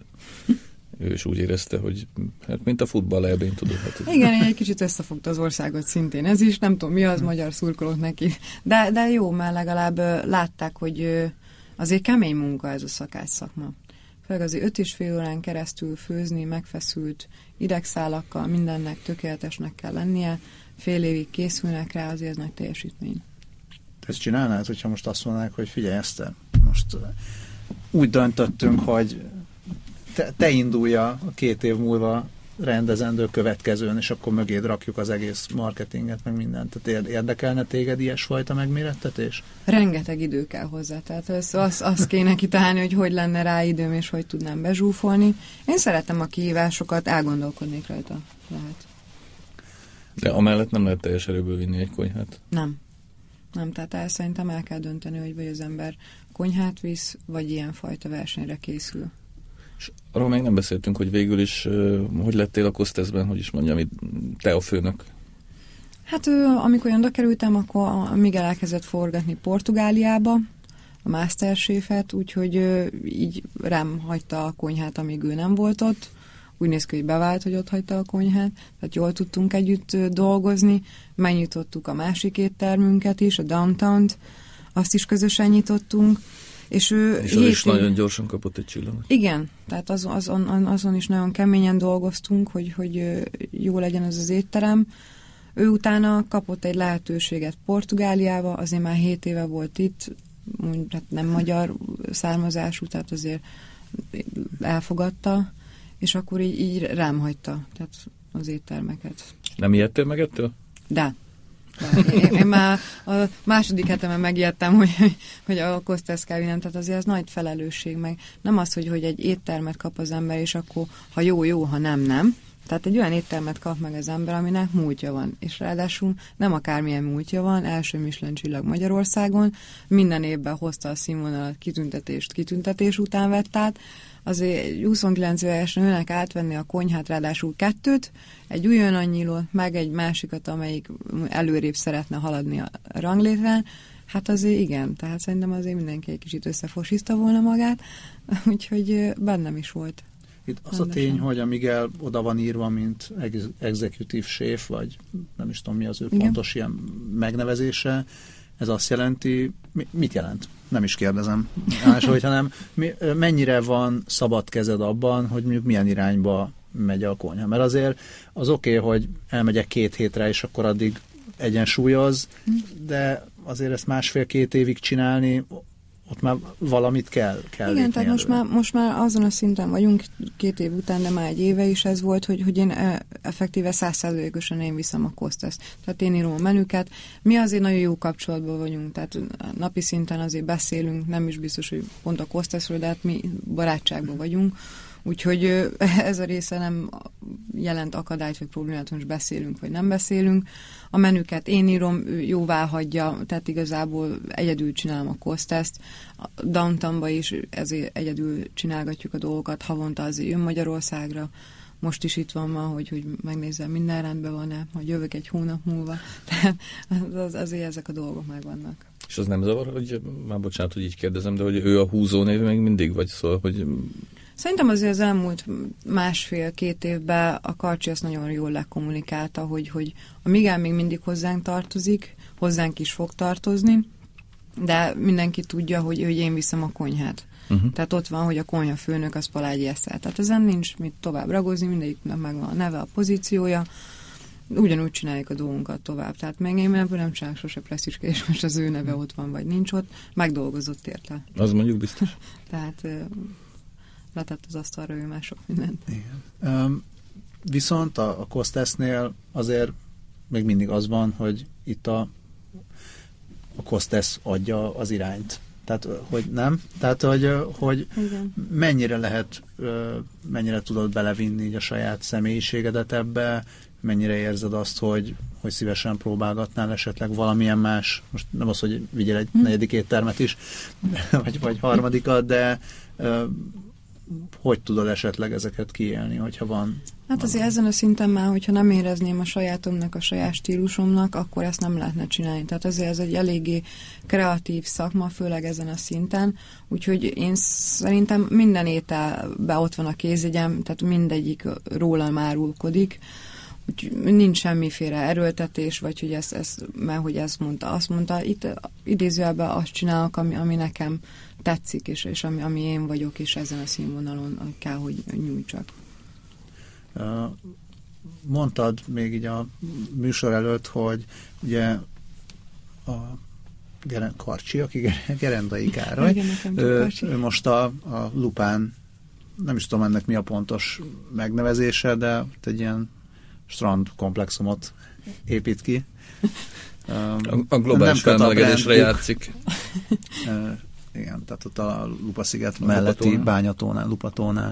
Ő is úgy érezte, hogy hát mint a futball elbén tudod. Hát, igen, egy kicsit összefogta az országot szintén. Ez is, nem tudom mi az, magyar szurkolók neki. De, de jó, mert legalább látták, hogy azért kemény munka ez a szakács szakma. Főleg azért öt és fél órán keresztül főzni, megfeszült idegszálakkal, mindennek tökéletesnek kell lennie, fél évig készülnek rá, azért nagy teljesítmény. Ezt csinálnád, hogyha most azt mondanák, hogy figyelj Eszter, most uh, úgy döntöttünk, hogy te, te indulja a két év múlva rendezendő következőn, és akkor mögéd rakjuk az egész marketinget, meg mindent. Tehát érdekelne téged ilyesfajta megmérettetés? Rengeteg idő kell hozzá, tehát azt az, az kéne kitalálni, hogy hogy lenne rá időm, és hogy tudnám bezsúfolni. Én szeretem a kihívásokat, elgondolkodnék rajta. Lehet. De amellett nem lehet teljes erőből vinni egy konyhát? Nem. Nem, tehát el szerintem el kell dönteni, hogy vagy az ember konyhát visz, vagy ilyenfajta versenyre készül. És arról még nem beszéltünk, hogy végül is uh, hogy lettél a Kosteszben, hogy is mondjam, te a főnök? Hát amikor oda kerültem, akkor Miguel elkezdett forgatni Portugáliába a Masterchef-et, úgyhogy így rám hagyta a konyhát, amíg ő nem volt ott. Úgy néz ki, hogy bevált, hogy ott hagyta a konyhát, tehát jól tudtunk együtt dolgozni, megnyitottuk a másik éttermünket is, a Downtownt, azt is közösen nyitottunk. És ő és az is nagyon gyorsan kapott egy csillagot. Igen, tehát azon, azon, azon is nagyon keményen dolgoztunk, hogy, hogy jó legyen az az étterem. Ő utána kapott egy lehetőséget Portugáliába, azért már hét éve volt itt, hát nem magyar származású, tehát azért elfogadta, és akkor így, így rám hagyta, tehát az éttermeket. Nem ijedtél meg ettől? De. De. Én, én már a második hetemen megijedtem, hogy, hogy a Kostesz kell vinnem, tehát azért az nagy felelősség, meg nem az, hogy, hogy egy éttermet kap az ember, és akkor ha jó, jó, ha nem, nem. Tehát egy olyan éttermet kap meg az ember, aminek múltja van, és ráadásul nem akármilyen múltja van, első Michelin csillag Magyarországon, minden évben hozta a színvonalat, kitüntetést, kitüntetés után vett át, azért huszonkilenc éves nőnek átvenni a konyhát, ráadásul kettőt, egy újoncnyílót, meg egy másikat, amelyik előrébb szeretne haladni a ranglétrán, hát azért igen, tehát szerintem azért mindenki egy kicsit összefosiszta volna magát, úgyhogy bennem is volt. Itt az a tény, hogy a Miguel oda van írva, mint ex- executive chef, vagy nem is tudom mi az ő igen. pontos ilyen megnevezése, ez azt jelenti, mi, mit jelent? Nem is kérdezem. Máshogy, hanem mi, mennyire van szabad kezed abban, hogy mondjuk milyen irányba megy a konyha. Mert azért az oké, okay, hogy elmegyek két hétre, és akkor addig egyensúlyoz, de azért ezt másfél-két évig csinálni, ott már valamit kell, kell Igen, tehát most már, most már azon a szinten vagyunk, két év után, de már egy éve is ez volt, hogy, hogy én effektíve száz százalékosan én viszem a Kosteszt. Tehát én írom a menüket. Mi azért nagyon jó kapcsolatban vagyunk, tehát napi szinten azért beszélünk, nem is biztos, hogy pont a Kosteszről, de hát mi barátságban vagyunk. Úgyhogy ez a része nem jelent akadályt, vagy problémát, most beszélünk, vagy nem beszélünk. A menüket én írom, ő jóvá hagyja, tehát igazából egyedül csinálom a Kosteszt. A Downtownba is ezért egyedül csinálgatjuk a dolgokat, havonta azért jön Magyarországra. Most is itt van ma, hogy, hogy megnézzem, minden rendben van-e, hogy jövök egy hónap múlva. Tehát az, azért ezek a dolgok megvannak. És az nem zavar, hogy, már bocsánat, hogy így kérdezem, de hogy ő a húzónév még mindig, vagy szóval, hogy... Szerintem azért az elmúlt másfél-két évben a Karcsi azt nagyon jól lekommunikálta, hogy, hogy a Miguel még mindig hozzánk tartozik, hozzánk is fog tartozni, de mindenki tudja, hogy, hogy én viszem a konyhát. Uh-huh. Tehát ott van, hogy a konyha főnök az Palágyi Eszter. Tehát ezen nincs mit tovább ragozni, mindegyiknek megvan a neve, a pozíciója, ugyanúgy csináljuk a dolgunkat tovább. Tehát még én ebből nem csinálok sose presztiskedés, most az ő neve ott van, vagy nincs ott, megdolgozott érte. Az mondjuk biztos. Tehát letett az asztalra ő már sok mindent. Igen. Um, viszont a, a Kostesznél azért még mindig az van, hogy itt a, a Kostesz adja az irányt. Tehát, hogy nem? Tehát, hogy, hogy mennyire lehet, mennyire tudod belevinni így a saját személyiségedet ebbe, mennyire érzed azt, hogy, hogy szívesen próbálgatnál esetleg valamilyen más, most nem az, hogy vigyél egy hm. negyedik éttermet is, vagy, vagy harmadikat, de hogy tudod esetleg ezeket kiélni, hogyha van... Hát azért ezen a szinten már, hogyha nem érezném a sajátomnak, a saját stílusomnak, akkor ezt nem lehetne csinálni. Tehát azért ez egy eléggé kreatív szakma, főleg ezen a szinten, úgyhogy én szerintem minden ételben ott van a kézjegyem, tehát mindegyik rólam árulkodik, úgyhogy nincs semmiféle erőltetés, vagy hogy ezt, ezt, mert hogy ezt mondta, azt mondta, itt idézőjelben azt csinálok, ami, ami nekem tetszik, és, és ami, ami én vagyok, és ezen a színvonalon kell, hogy nyújtsak. Mondtad még így a műsor előtt, hogy ugye a Karcsi, aki Gerendai Károly, ő, ő most a, a Lupán, nem is tudom ennek mi a pontos megnevezése, de egy ilyen strand komplexumot épít ki. A, a globális felmelegedésre játszik. Igen, tehát ott a Lupa-sziget melletti Lupatónál. Bányatónál, Lupatónál.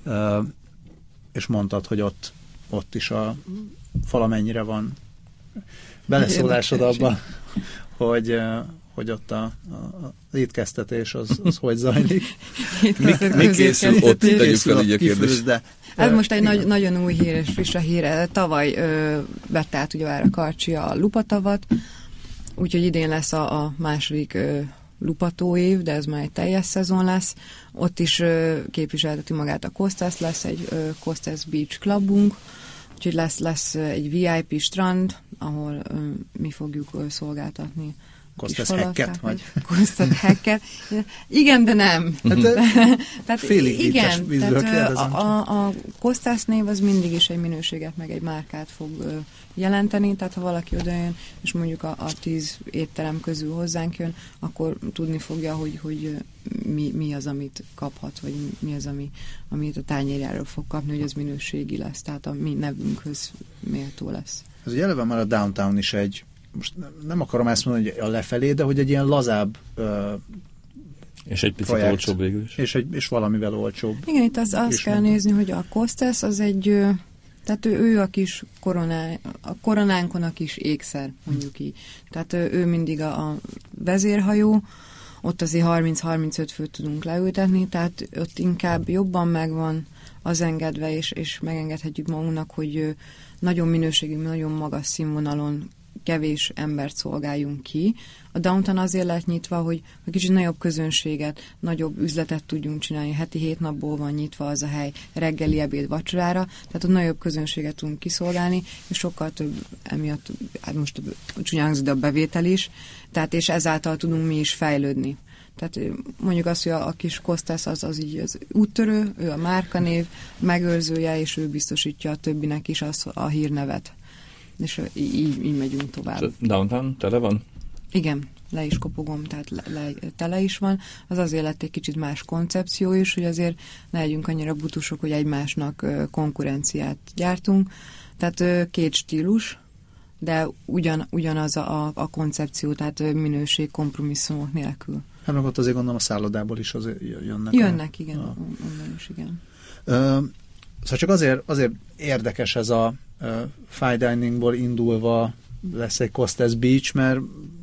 És mondtad, hogy ott, ott is a valamennyire van beleszólásod abba, hogy, hogy ott a, a étkeztetés az, az hogy zajlik. mi, mi készül ott? Tegyük fel így a kérdést. De, ez most egy nagy, nagyon új hír és friss a hír. Tavaly ö, vett át ugye a Karcsi a Lupatavat, úgyhogy idén lesz a, a második ö, Lupató év, de ez már egy teljes szezon lesz. Ott is ö, képviselteti magát a Kostesz, lesz egy ö, Kostesz Beach Clubunk, úgyhogy lesz, lesz egy vé i pé strand, ahol ö, mi fogjuk ö, szolgáltatni. Kostesz hacket vagy? Kostesz hacket. Igen, de nem. Tehát félig igen, tehát a, a, a Kostesz név az mindig is egy minőséget, meg egy márkát fog ö, jelenteni, tehát ha valaki odajön, és mondjuk a, a tíz étterem közül hozzánk jön, akkor tudni fogja, hogy, hogy mi, mi az, amit kaphat, vagy mi az, ami, amit a tányérjáról fog kapni, hogy az minőségi lesz, tehát a mi nevünkhöz méltó lesz. Ez ugye eleve már a Downtown is egy, most nem akarom ezt mondani, hogy a lefelé, de hogy egy ilyen lazább uh, és egy picit projekt, olcsóbb végül is. És, egy, és valamivel olcsóbb. Igen, itt az, azt kell mondani. Nézni, hogy a Kostesz az egy, tehát ő, ő a kis koroná, a koronánkon a kis ékszer, mondjuk így. Tehát ő, ő mindig a, a vezérhajó, ott azért harminc-harmincöt főt tudunk leültetni, tehát ott inkább jobban megvan az engedve, és, és megengedhetjük magunknak, hogy nagyon minőségű, nagyon magas színvonalon kevés embert szolgáljunk ki. A Downtown azért lett nyitva, hogy egy kicsit nagyobb közönséget, nagyobb üzletet tudjunk csinálni. Heti hét napból van nyitva az a hely reggeli, ebéd, vacsorára, tehát a nagyobb közönséget tudunk kiszolgálni, és sokkal több emiatt, hát most csúnyán a bevétel is, tehát és ezáltal tudunk mi is fejlődni. Tehát mondjuk azt, hogy a, a kis Kostesz az, az így az úttörő, ő a márkanév, megőrzője, és ő biztosítja a többinek is az, a hírnevet. És így, így megyünk tovább. So, Downtown tele van? Igen. le is kopogom, tehát le, le, tele is van, az azért lett egy kicsit más koncepció is, hogy azért ne legyünk annyira butusok, hogy egymásnak konkurenciát gyártunk. Tehát két stílus, de ugyan, ugyanaz a, a koncepció, tehát minőség kompromisszumok nélkül. Hát meg ott azért gondolom a szállodából is azért jönnek. Jönnek, a, igen, a... onnan is, igen. Ö, szóval csak azért, azért érdekes ez a uh, fine diningból indulva lesz egy Costes Beach, mert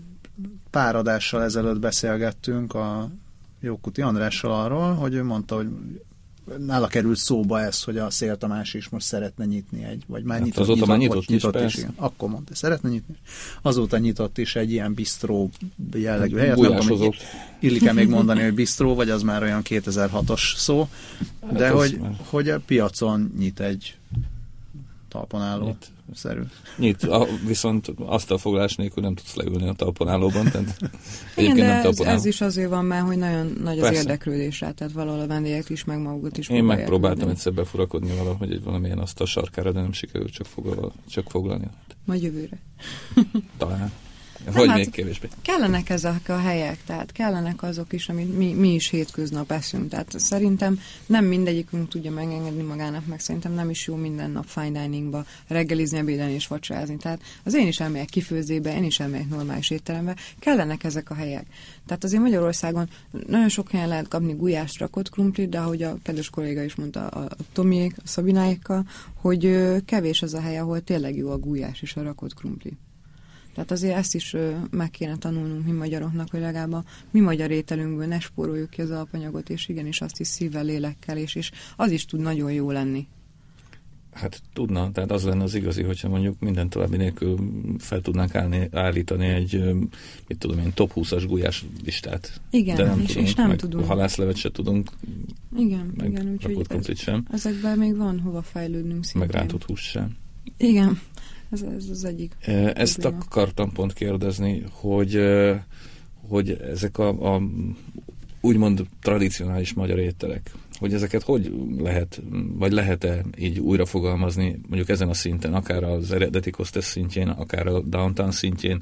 pár adással ezelőtt beszélgettünk a Jókuti Andrással arról, hogy ő mondta, hogy nála került szóba ez, hogy a Szél Tamás is most szeretne nyitni egy, vagy már hát nyitott, azóta nyitott, már nyitott, nyitott is, is, igen. Akkor mondta, szeretne nyitni. Azóta nyitott is egy ilyen bistró jellegű helyet. Nem tudom, hogy illik-e még mondani, hogy bistró, vagy az már olyan kétezer-hatos szó, de hát hogy, már... hogy a piacon nyit egy talponálló nyit. Szerű. Nyit, a, viszont azt a foglalás nélkül nem tudsz leülni a talponállóban. Tehát igen, de nem ez, ez is azért van már, hogy nagyon nagy az érdeklődés rá, tehát valahol a vendégek is, meg magukat is. Én megpróbáltam egyszer befurakodni valahogy egy valamilyen asztal sarkára, de nem sikerült csak, foglal, csak foglalni. Majd jövőre. Talán. Vagy hát még kevésbé. Kellenek ezek a helyek, tehát kellenek azok is, amit mi, mi is hétköznap eszünk. Tehát szerintem nem mindegyikünk tudja megengedni magának, meg szerintem nem is jó minden nap fine diningba reggelizni, ebédelni és vacsorázni. Tehát az én is elmegyek kifőzébe, én is elmegyek normális étterembe. Kellenek ezek a helyek. Tehát azért Magyarországon nagyon sok helyen lehet kapni gulyást, rakott krumplit, de ahogy a kedves kolléga is mondta, a Tomiék, a Szabináikkal, hogy kevés az a hely, ahol tényleg jó a gulyás és a rakott krumpli. Tehát azért ezt is ö, meg kéne tanulnunk mi magyaroknak, hogy legalább a mi magyar ételünkből ne spóroljuk ki az alapanyagot, és igenis azt is szívvel, lélekkel, és, és az is tud nagyon jó lenni. Hát tudna, tehát az lenne az igazi, hogyha mondjuk minden további nélkül fel tudnánk állni, állítani egy, mit tudom én, top húszas gulyás listát. Igen, de nem és, tudunk, és nem meg tudunk. Halászlevet se tudunk. Igen, meg igen, úgyhogy ez, sem. ezekben még van hova fejlődnünk szintén. Meg rántott hús sem. Igen. Ez, ez az egyik. Ezt probléma. Akartam pont kérdezni, hogy, hogy ezek a, a úgymond tradicionális magyar ételek, hogy ezeket hogy lehet, vagy lehet-e így újra fogalmazni, mondjuk ezen a szinten, akár az eredeti Costes szintjén, akár a Downtown szintjén,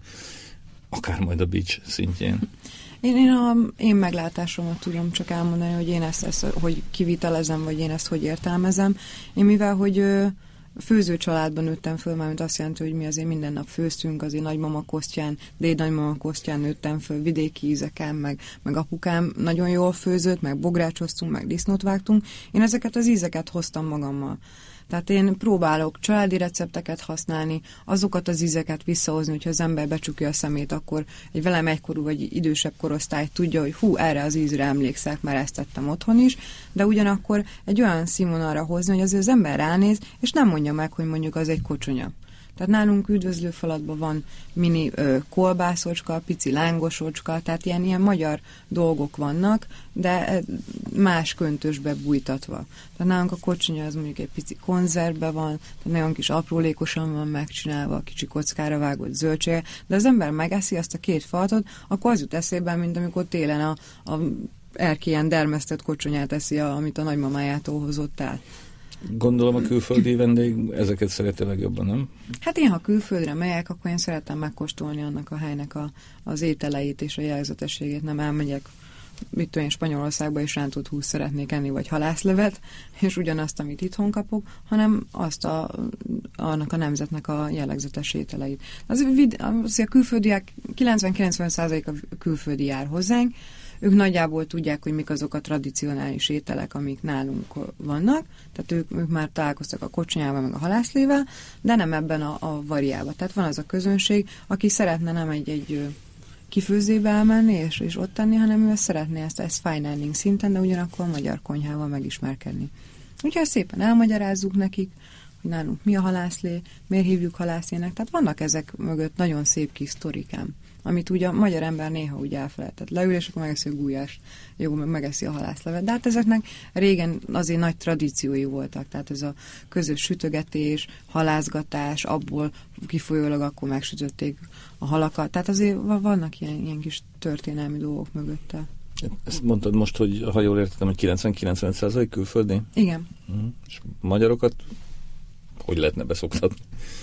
akár majd a Beach szintjén. Én, én a én meglátásomat tudom csak elmondani, hogy én ezt, ezt hogy kivitelezem, vagy én ezt hogy értelmezem. Én mivel, hogy főző családban nőttem föl, mármint azt jelenti, hogy mi azért minden nap főztünk, azért nagymama kosztján, déd-nagymama kosztján nőttem föl, vidéki ízeken, meg, meg apukám nagyon jól főzött, meg bográcsoztunk, meg disznót vágtunk. Én ezeket az ízeket hoztam magammal. Tehát én próbálok családi recepteket használni, azokat az ízeket visszahozni, hogyha az ember becsukja a szemét, akkor egy velem egykorú vagy idősebb korosztály tudja, hogy hú, erre az ízre emlékszek, mert ezt tettem otthon is, de ugyanakkor egy olyan színvonalra hozni, hogy azért az ember ránéz, és nem mondja meg, hogy mondjuk az egy kocsonya. Tehát nálunk üdvözlőfalatban van mini ö, kolbászocska, pici lángosocska, tehát ilyen, ilyen magyar dolgok vannak, de más köntösbe bújtatva. Tehát nálunk a kocsonya az mondjuk egy pici konzervbe van, tehát nagyon kis aprólékosan van megcsinálva, kicsi kockára vágott zöldsége, de az ember megeszi azt a két falatot, akkor az jut eszébe, mint amikor télen a, a erkélyen dermesztett kocsonyát eszi, a, amit a nagymamájától hozott el. Gondolom a külföldi vendég ezeket szereti legjobban, nem? Hát én, ha külföldre megyek, akkor én szeretem megkóstolni annak a helynek a, az ételeit és a jellegzetességét. Nem elmegyek, mit tudom én, Spanyolországba és rántott húst szeretnék enni, vagy halászlevet, és ugyanazt, amit itthon kapok, hanem azt a, annak a nemzetnek a jellegzetes ételeit. Az, az a külföldiek kilencven-kilencven százalék a külföldi jár hozzánk, ők nagyjából tudják, hogy mik azok a tradicionális ételek, amik nálunk vannak, tehát ők, ők már találkoztak a kocsonyával, meg a halászlével, de nem ebben a, a variában. Tehát van az a közönség, aki szeretne nem egy-egy kifőzébe elmenni, és, és ott tenni, hanem ő ezt szeretné ezt, ezt fine dining szinten, de ugyanakkor a magyar konyhával megismerkedni. Úgyhogy szépen elmagyarázzuk nekik, hogy nálunk mi a halászlé, miért hívjuk halászlének, tehát vannak ezek mögött nagyon szép kis sztorikám, amit ugye a magyar ember néha úgy elfelejtett. Leül, és akkor megeszi a gulyást, jó, megeszi a halászlevet. De hát ezeknek régen azért nagy tradíciói voltak, tehát ez a közös sütögetés, halászgatás, abból kifolyólag akkor megsütötték a halakat. Tehát azért vannak ilyen, ilyen kis történelmi dolgok mögötte. Ezt mondtad most, hogy ha jól értettem, hogy kilencven-kilencven százalék külföldi? Igen. Uh-huh. És magyarokat hogy lehetne beszoktatni?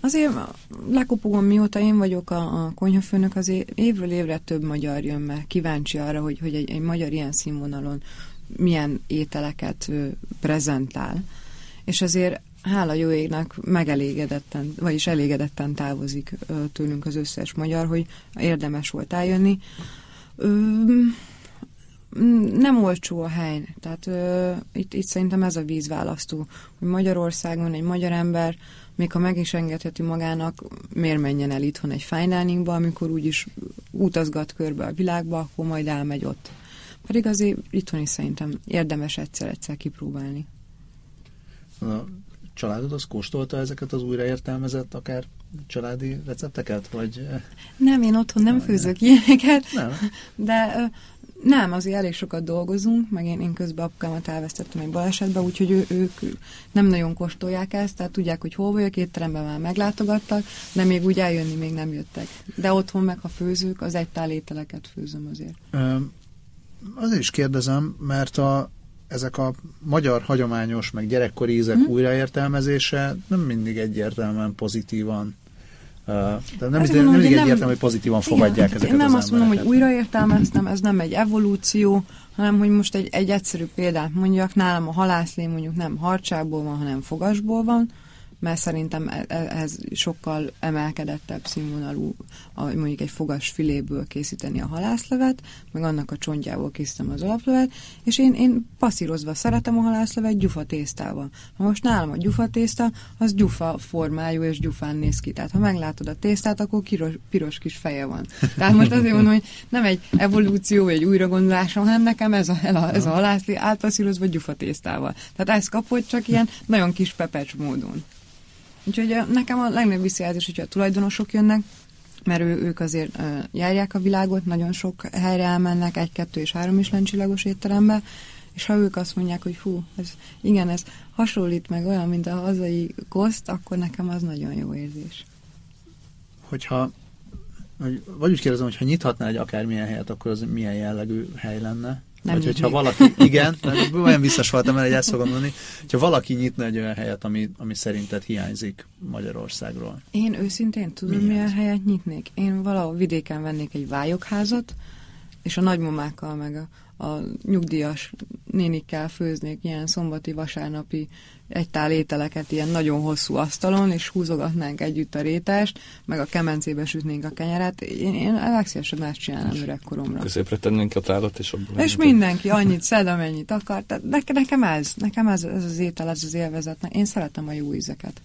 Azért lekopogom, mióta én vagyok a, a konyhafőnök, azért évről évre több magyar jön, mert kíváncsi arra, hogy, hogy egy, egy magyar ilyen színvonalon milyen ételeket ö, prezentál. És azért hála jó égnek megelégedetten, vagyis elégedetten távozik ö, tőlünk az összes magyar, hogy érdemes volt eljönni. Ö, nem olcsó a hely, tehát ö, itt, itt szerintem ez a vízválasztó, hogy Magyarországon egy magyar ember, még ha meg is engedheti magának, miért menjen el itthon egy fine diningba, amikor úgyis utazgat körbe a világba, akkor majd elmegy ott. Pedig azért itthon is szerintem érdemes egyszer-egyszer kipróbálni. A családod az kóstolta ezeket az újraértelmezett, akár családi recepteket? Vagy... Nem, én otthon nem főzök ilyeneket, nem. de nem, azért elég sokat dolgozunk, meg én, én közben apukámat elvesztettem egy balesetbe, úgyhogy ő, ők nem nagyon kóstolják ezt, tehát tudják, hogy hol vagyok, étteremben már meglátogattak, de még úgy eljönni még nem jöttek. De otthon meg, ha főzők, az egy tál ételeket főzöm azért. Ö, azért is kérdezem, mert a, ezek a magyar hagyományos, meg gyerekkori ízek hmm. újraértelmezése nem mindig egyértelműen pozitívan de nem, ide, mondom, nem mindig egyértelmű, hogy pozitívan fogadják igen, ezeket én nem az azt mondom, hogy újraértelmeztem, ez nem egy evolúció, hanem hogy most egy, egy egyszerű példát mondjak, nálam a halászlé mondjuk nem harcsából van, hanem fogasból van, mert szerintem ez sokkal emelkedettebb színvonalú, mondjuk egy fogas filéből készíteni a halászlevet, meg annak a csontjából készítem az alaplevet, és én, én passzírozva szeretem a halászlevet gyufa tésztával. Ha most nálam a gyufa tészta, az gyufa formájú és gyufán néz ki. Tehát ha meglátod a tésztát, akkor kiros, piros kis feje van. Tehát most azért mondom, hogy nem egy evolúció, egy újragondolás, hanem nekem ez a, ez a halászlé átpasszírozva gyufa tésztával. Tehát ezt kapod csak ilyen nagyon kis pepecs módon. Úgyhogy nekem a legnagyobb visszajelzés, hogyha a tulajdonosok jönnek, mert ő, ők azért uh, járják a világot, nagyon sok helyre elmennek, egy, kettő és három Michelin-csillagos étterembe, és ha ők azt mondják, hogy hú, ez, igen, ez hasonlít meg olyan, mint a hazai koszt, akkor nekem az nagyon jó érzés. Hogyha, vagy, vagy úgy kérdezem, hogy ha nyithatnál egy akármilyen helyet, akkor az milyen jellegű hely lenne? Nem vagy hogyha valaki, igen, mert olyan visszas voltam, mert ezt fogom mondani, hogyha valaki nyitna egy olyan helyet, ami, ami szerinted hiányzik Magyarországról. Én őszintén tudom, mi milyen helyet nyitnék. Én valahol vidéken vennék egy vályokházat, és a nagymamákkal, meg a, a nyugdíjas nénikkel főznék ilyen szombati, vasárnapi egy tál ételeket ilyen nagyon hosszú asztalon, és húzogatnánk együtt a rétest, meg a kemencébe sütnénk a kenyeret. Én, én legszívesebben ezt csinálnám öregkoromra. Középre tennénk a tálat, és abból... És mindenki annyit szed, amennyit akar. Tehát nekem ez, nekem ez, ez az étel, ez az élvezet. Én szeretem a jó ízeket.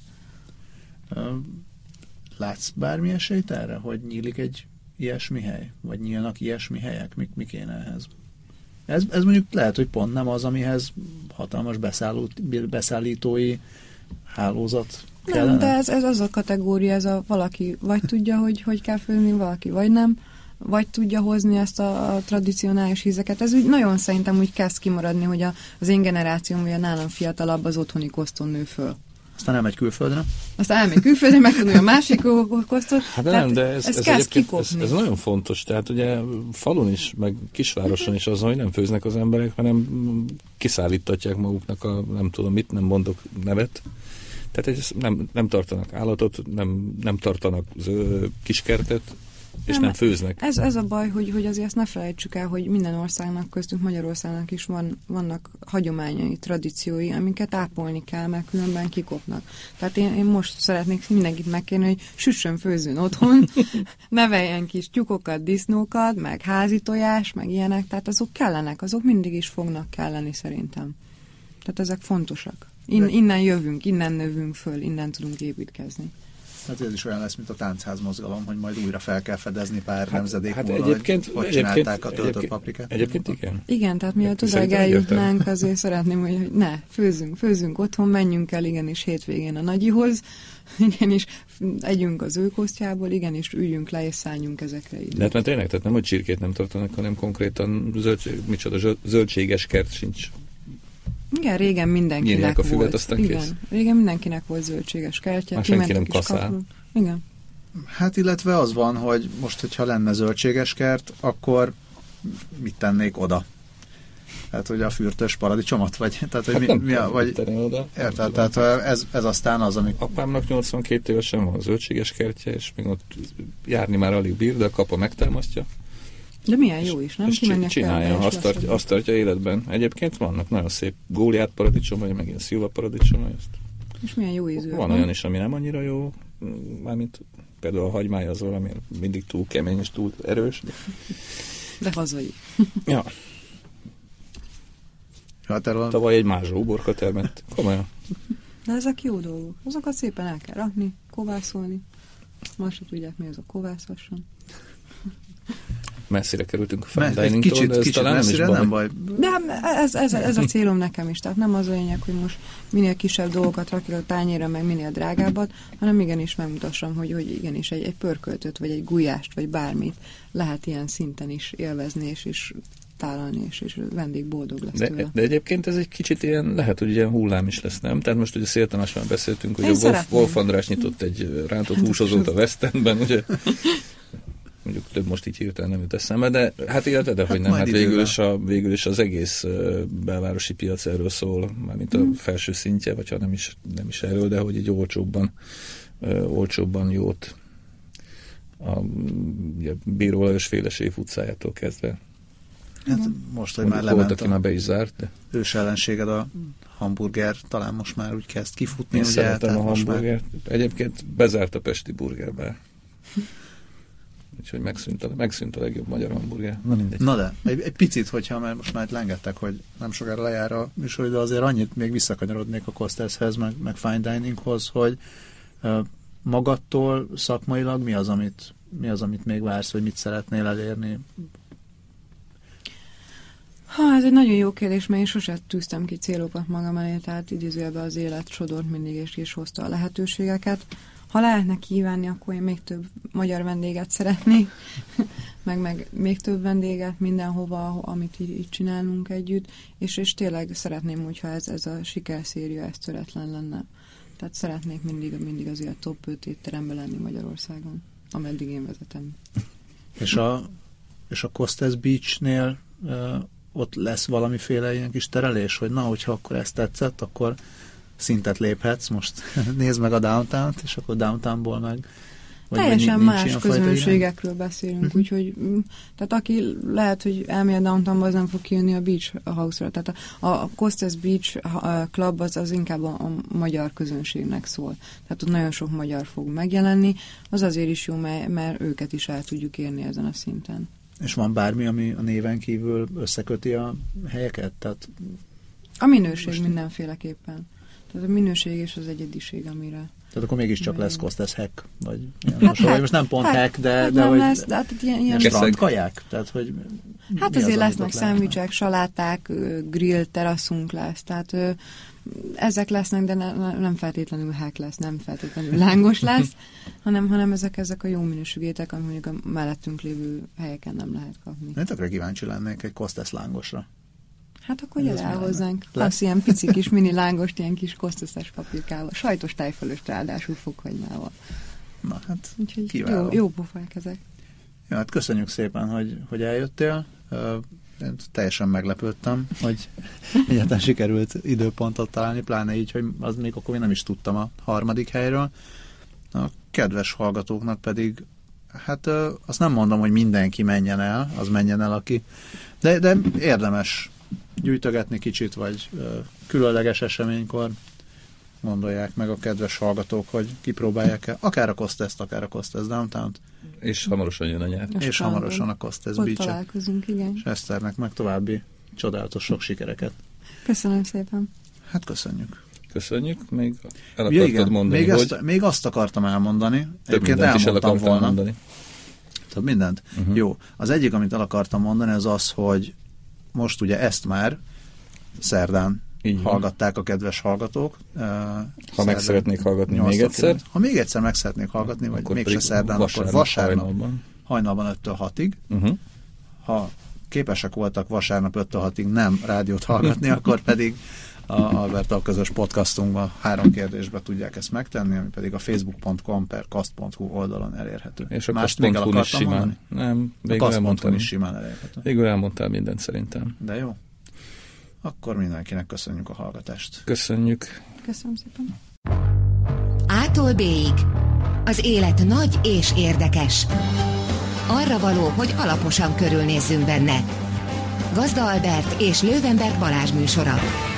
Látsz bármi esélyt erre, hogy nyílik egy ilyesmi hely? Vagy nyílnak ilyesmi helyek? Mik, mi kéne ehhez? Ez, ez mondjuk lehet, hogy pont nem az, amihez hatalmas beszálló, beszállítói hálózat kellene. Nem, de ez, ez az a kategória, ez a valaki vagy tudja, hogy hogy kell főzni, valaki vagy nem, vagy tudja hozni ezt a, a tradicionális ízeket. Ez úgy nagyon szerintem úgy kezd kimaradni, hogy a, az én generációm, vagy a nálam fiatalabb az otthoni koszton nő föl. Aztán elmegy külföldre. Aztán elmegy külföldre, megtanulja a másik kosztot. Hát nem, de ez, ez, ez, ez, ez, ez nagyon fontos. Tehát ugye falun is, meg kisvároson is az, hogy nem főznek az emberek, hanem kiszállítatják maguknak a nem tudom mit, nem mondok nevet. Tehát ez nem, nem tartanak állatot, nem, nem tartanak kiskertet, és nem, nem főznek. Ez, ez a baj, hogy, hogy azért ezt ne felejtsük el, hogy minden országnak, köztünk Magyarországnak is van, vannak hagyományai, tradíciói, amiket ápolni kell, mert különben kikopnak. Tehát én, én most szeretnék mindenkit megkérni, hogy süssön, főzzön otthon, neveljen kis tyúkokat, disznókat, meg házi tojás, meg ilyenek, tehát azok kellenek, azok mindig is fognak kelleni szerintem. Tehát ezek fontosak. In, innen jövünk, innen növünk föl, innen tudunk építkezni. Hát ez is olyan lesz, mint a táncház mozgalom, hogy majd újra fel kell fedezni pár hát, nemzedék hát múlva, egyébként, hogy hogy csinálták a töltött paprikát. Egyébként igen. Igen, tehát mielőtt odáig eljutnánk, azért szeretném, hogy ne, főzzünk, főzzünk otthon, menjünk el igenis hétvégén a nagyihoz, igenis együnk az ő kosztjából, igenis üljünk le és szálljunk ezekre időt. De hát mert tényleg, tehát nem, hogy csirkét nem tartanak, hanem konkrétan zöldség, micsoda, zöldséges kert sincs. Igen, régen mindenkinek a füvet, volt. aztán Igen, kész. Régen mindenkinek volt zöldséges kertje. Már senki nem kaszál. Igen. Hát illetve az van, hogy most, hogyha lenne zöldséges kert, akkor mit tennék oda? Tehát, hogy a fürtös paradicsomot, vagy... Tehát, hogy Hát mi, mi a, vagy érted, tehát ez, ez aztán az, ami... Apámnak nyolcvankét évesen van zöldséges kertje, és még ott járni már alig bír, de a kapa megtámasztja. De milyen jó is, nem? És Kimenni csinálja, azt tartja, azt tartja életben. Egyébként vannak nagyon szép góliát paradicsom, vagy megint szilva paradicsom. Ezt. És milyen jó ízű. Van olyan is, ami nem annyira jó, mármint például a hagymája az valami mindig túl kemény és túl erős. De hazai. Ja. Hát erről... Tavaly egy mázsó uborka termett. Komolyan. De ezek jó dolgok. Azokat szépen el kell rakni, kovászolni. Most tudják, mi az a kovászhasson. Messzire kerültünk a fine Mert diningtól, kicsit, de ez kicsit talán nem is baj. nem baj. De ez, ez, ez a célom nekem is. Tehát nem az a lényeg, hogy most minél kisebb dolgokat rakjuk a tányérra, meg minél drágábbat, hanem igenis megmutassam, hogy, hogy igenis egy, egy pörköltöt, vagy egy gulyást, vagy bármit lehet ilyen szinten is élvezni, és is tálalni, és, és vendég boldog lesz de, tőle. de egyébként ez egy kicsit ilyen, lehet, hogy ilyen hullám is lesz, nem? Tehát most ugye Szél Tamással beszéltünk, hogy Én a Wolf, szeretném. Wolf András nyitott egy rántott húsozót a West Endben, ugye? Mondjuk több most így hirtelen nem jut eszembe, de hát illetve, de hát hogy nem, hát végül is, a, végül is az egész uh, belvárosi piac erről szól, mármint a felső szintje, vagy ha nem is, nem is erről, de hogy egy olcsóbban, uh, olcsóbban jót a ugye, Bíró Lajos félesév utcájától kezdve. Hát most, hogy Mondjuk már lement volt, aki már be is zárt, de... ős ellenséged a hamburger, talán most már úgy kezd kifutni. Én ugye, szeretem a hamburgert. már... Egyébként bezárt a pesti burgerbár. Úgyhogy megszűnt a, megszűnt a legjobb magyar hamburger. Na mindegy. Na de, egy, egy picit, hogyha már most már lengettek, hogy nem sokára lejár a műsor, de azért annyit még visszakanyarodnék a Kosteszhez, meg, meg fine dininghoz, hogy uh, magadtól szakmailag mi az, amit, mi az, amit még vársz, vagy mit szeretnél elérni? Ha, ez egy nagyon jó kérdés, mert én sosem tűztem ki célokat magam elé, tehát idézőjelben az élet sodort mindig és is hozta a lehetőségeket. Ha lehetne kívánni, akkor én még több magyar vendéget szeretnék, meg, meg még több vendéget mindenhova, amit így, így csinálunk együtt, és, és tényleg szeretném, hogyha ez, ez a sikerszéria ez töretlen lenne. Tehát szeretnék mindig, mindig azért a top öt étteremben lenni Magyarországon, ameddig én vezetem. És a, és a Kostesz Beachnél uh, ott lesz valamiféle ilyen kis terelés, hogy na, hogyha akkor ezt tetszett, akkor szintet léphetsz, most nézd meg a Downtown-t, és akkor Downtownból meg... Vagy teljesen vagy más közönségekről beszélünk, uh-huh. úgyhogy tehát aki lehet, hogy elmegy a Downtownba, az nem fog kijönni a Beach House-ra. Tehát a, a Kostesz Beach Club az, az inkább a, a magyar közönségnek szól. Tehát ott nagyon sok magyar fog megjelenni. Az azért is jó, mert, mert őket is el tudjuk érni ezen a szinten. És van bármi, ami a néven kívül összeköti a helyeket? Tehát a minőség most mindenféleképpen. Tehát a minőség és az egyediség, amire... Tehát akkor mégiscsak lesz Kostesz hack, vagy ilyen hát, hát, most nem pont hát, hack, de, hát de nem hogy lesz, de hát ilyen, ilyen strandkaják? Tehát, hogy hát azért lesznek szendvicsek, saláták, grill, teraszunk lesz, tehát ö, ezek lesznek, de ne, nem feltétlenül hack lesz, nem feltétlenül lángos lesz, hanem, hanem ezek, ezek a jó minőségétek, ami mondjuk a mellettünk lévő helyeken nem lehet kapni. Én tökre kíváncsi lennék egy Kostesz lángosra. Hát akkor gyere el hozzánk. Lesz ilyen pici kis mini lángost, ilyen kis kosztoszás papírkával, sajtos tájfölöst ráadásul fokhagymával. Na hát, úgyhogy kiváló. Jó, jó pofák ezek. Ja, hát köszönjük szépen, hogy, hogy eljöttél. Én teljesen meglepődtem, hogy egyáltalán sikerült időpontot találni, pláne így, hogy az még akkor én nem is tudtam a harmadik helyről. A kedves hallgatóknak pedig, hát azt nem mondom, hogy mindenki menjen el, az menjen el, aki, de, de érdemes gyűjtögetni kicsit, vagy különleges eseménykor gondolják meg a kedves hallgatók, hogy kipróbálják el akár a Kosteszt, akár a Kostesz Downtown-t. És hamarosan jön a nyár. És, és hamarosan a Kostesz Beach-et. Ott találkozunk, igen. És Eszternek meg további csodálatos sok sikereket. Köszönöm szépen. Hát köszönjük. Köszönjük. Még el ja, akartad igen, mondani, még, hogy... azt, még azt akartam elmondani. Több mindent is el akartam mondani. Több mindent? Uh-huh. Jó. Az egyik, amit el akartam mondani, az az, hogy most ugye ezt már szerdán így hallgatták van a kedves hallgatók. Uh, ha szerdán, meg szeretnék hallgatni még egyszer. Ha még egyszer meg szeretnék hallgatni, vagy mégse szerdán, vasárnap, akkor vasárnap hajnalban, hajnalban öttől hatig. Uh-huh. Ha képesek voltak vasárnap öttől hatig nem rádiót hallgatni, akkor pedig a Alberttal közös podcastunkban három kérdésbe tudják ezt megtenni, ami pedig a facebook pont com per kast pont hu oldalon elérhető. És a kast pont hu is simán. Nem, végül elmondtam is simán elérhető. Végül elmondtál mindent szerintem. De jó. Akkor mindenkinek köszönjük a hallgatást. Köszönjük. Köszönöm szépen. A-tól B-ig. Az élet nagy és érdekes. Arra való, hogy alaposan körülnézzünk benne. Gazda Albert és Lővenberg Balázs műsora.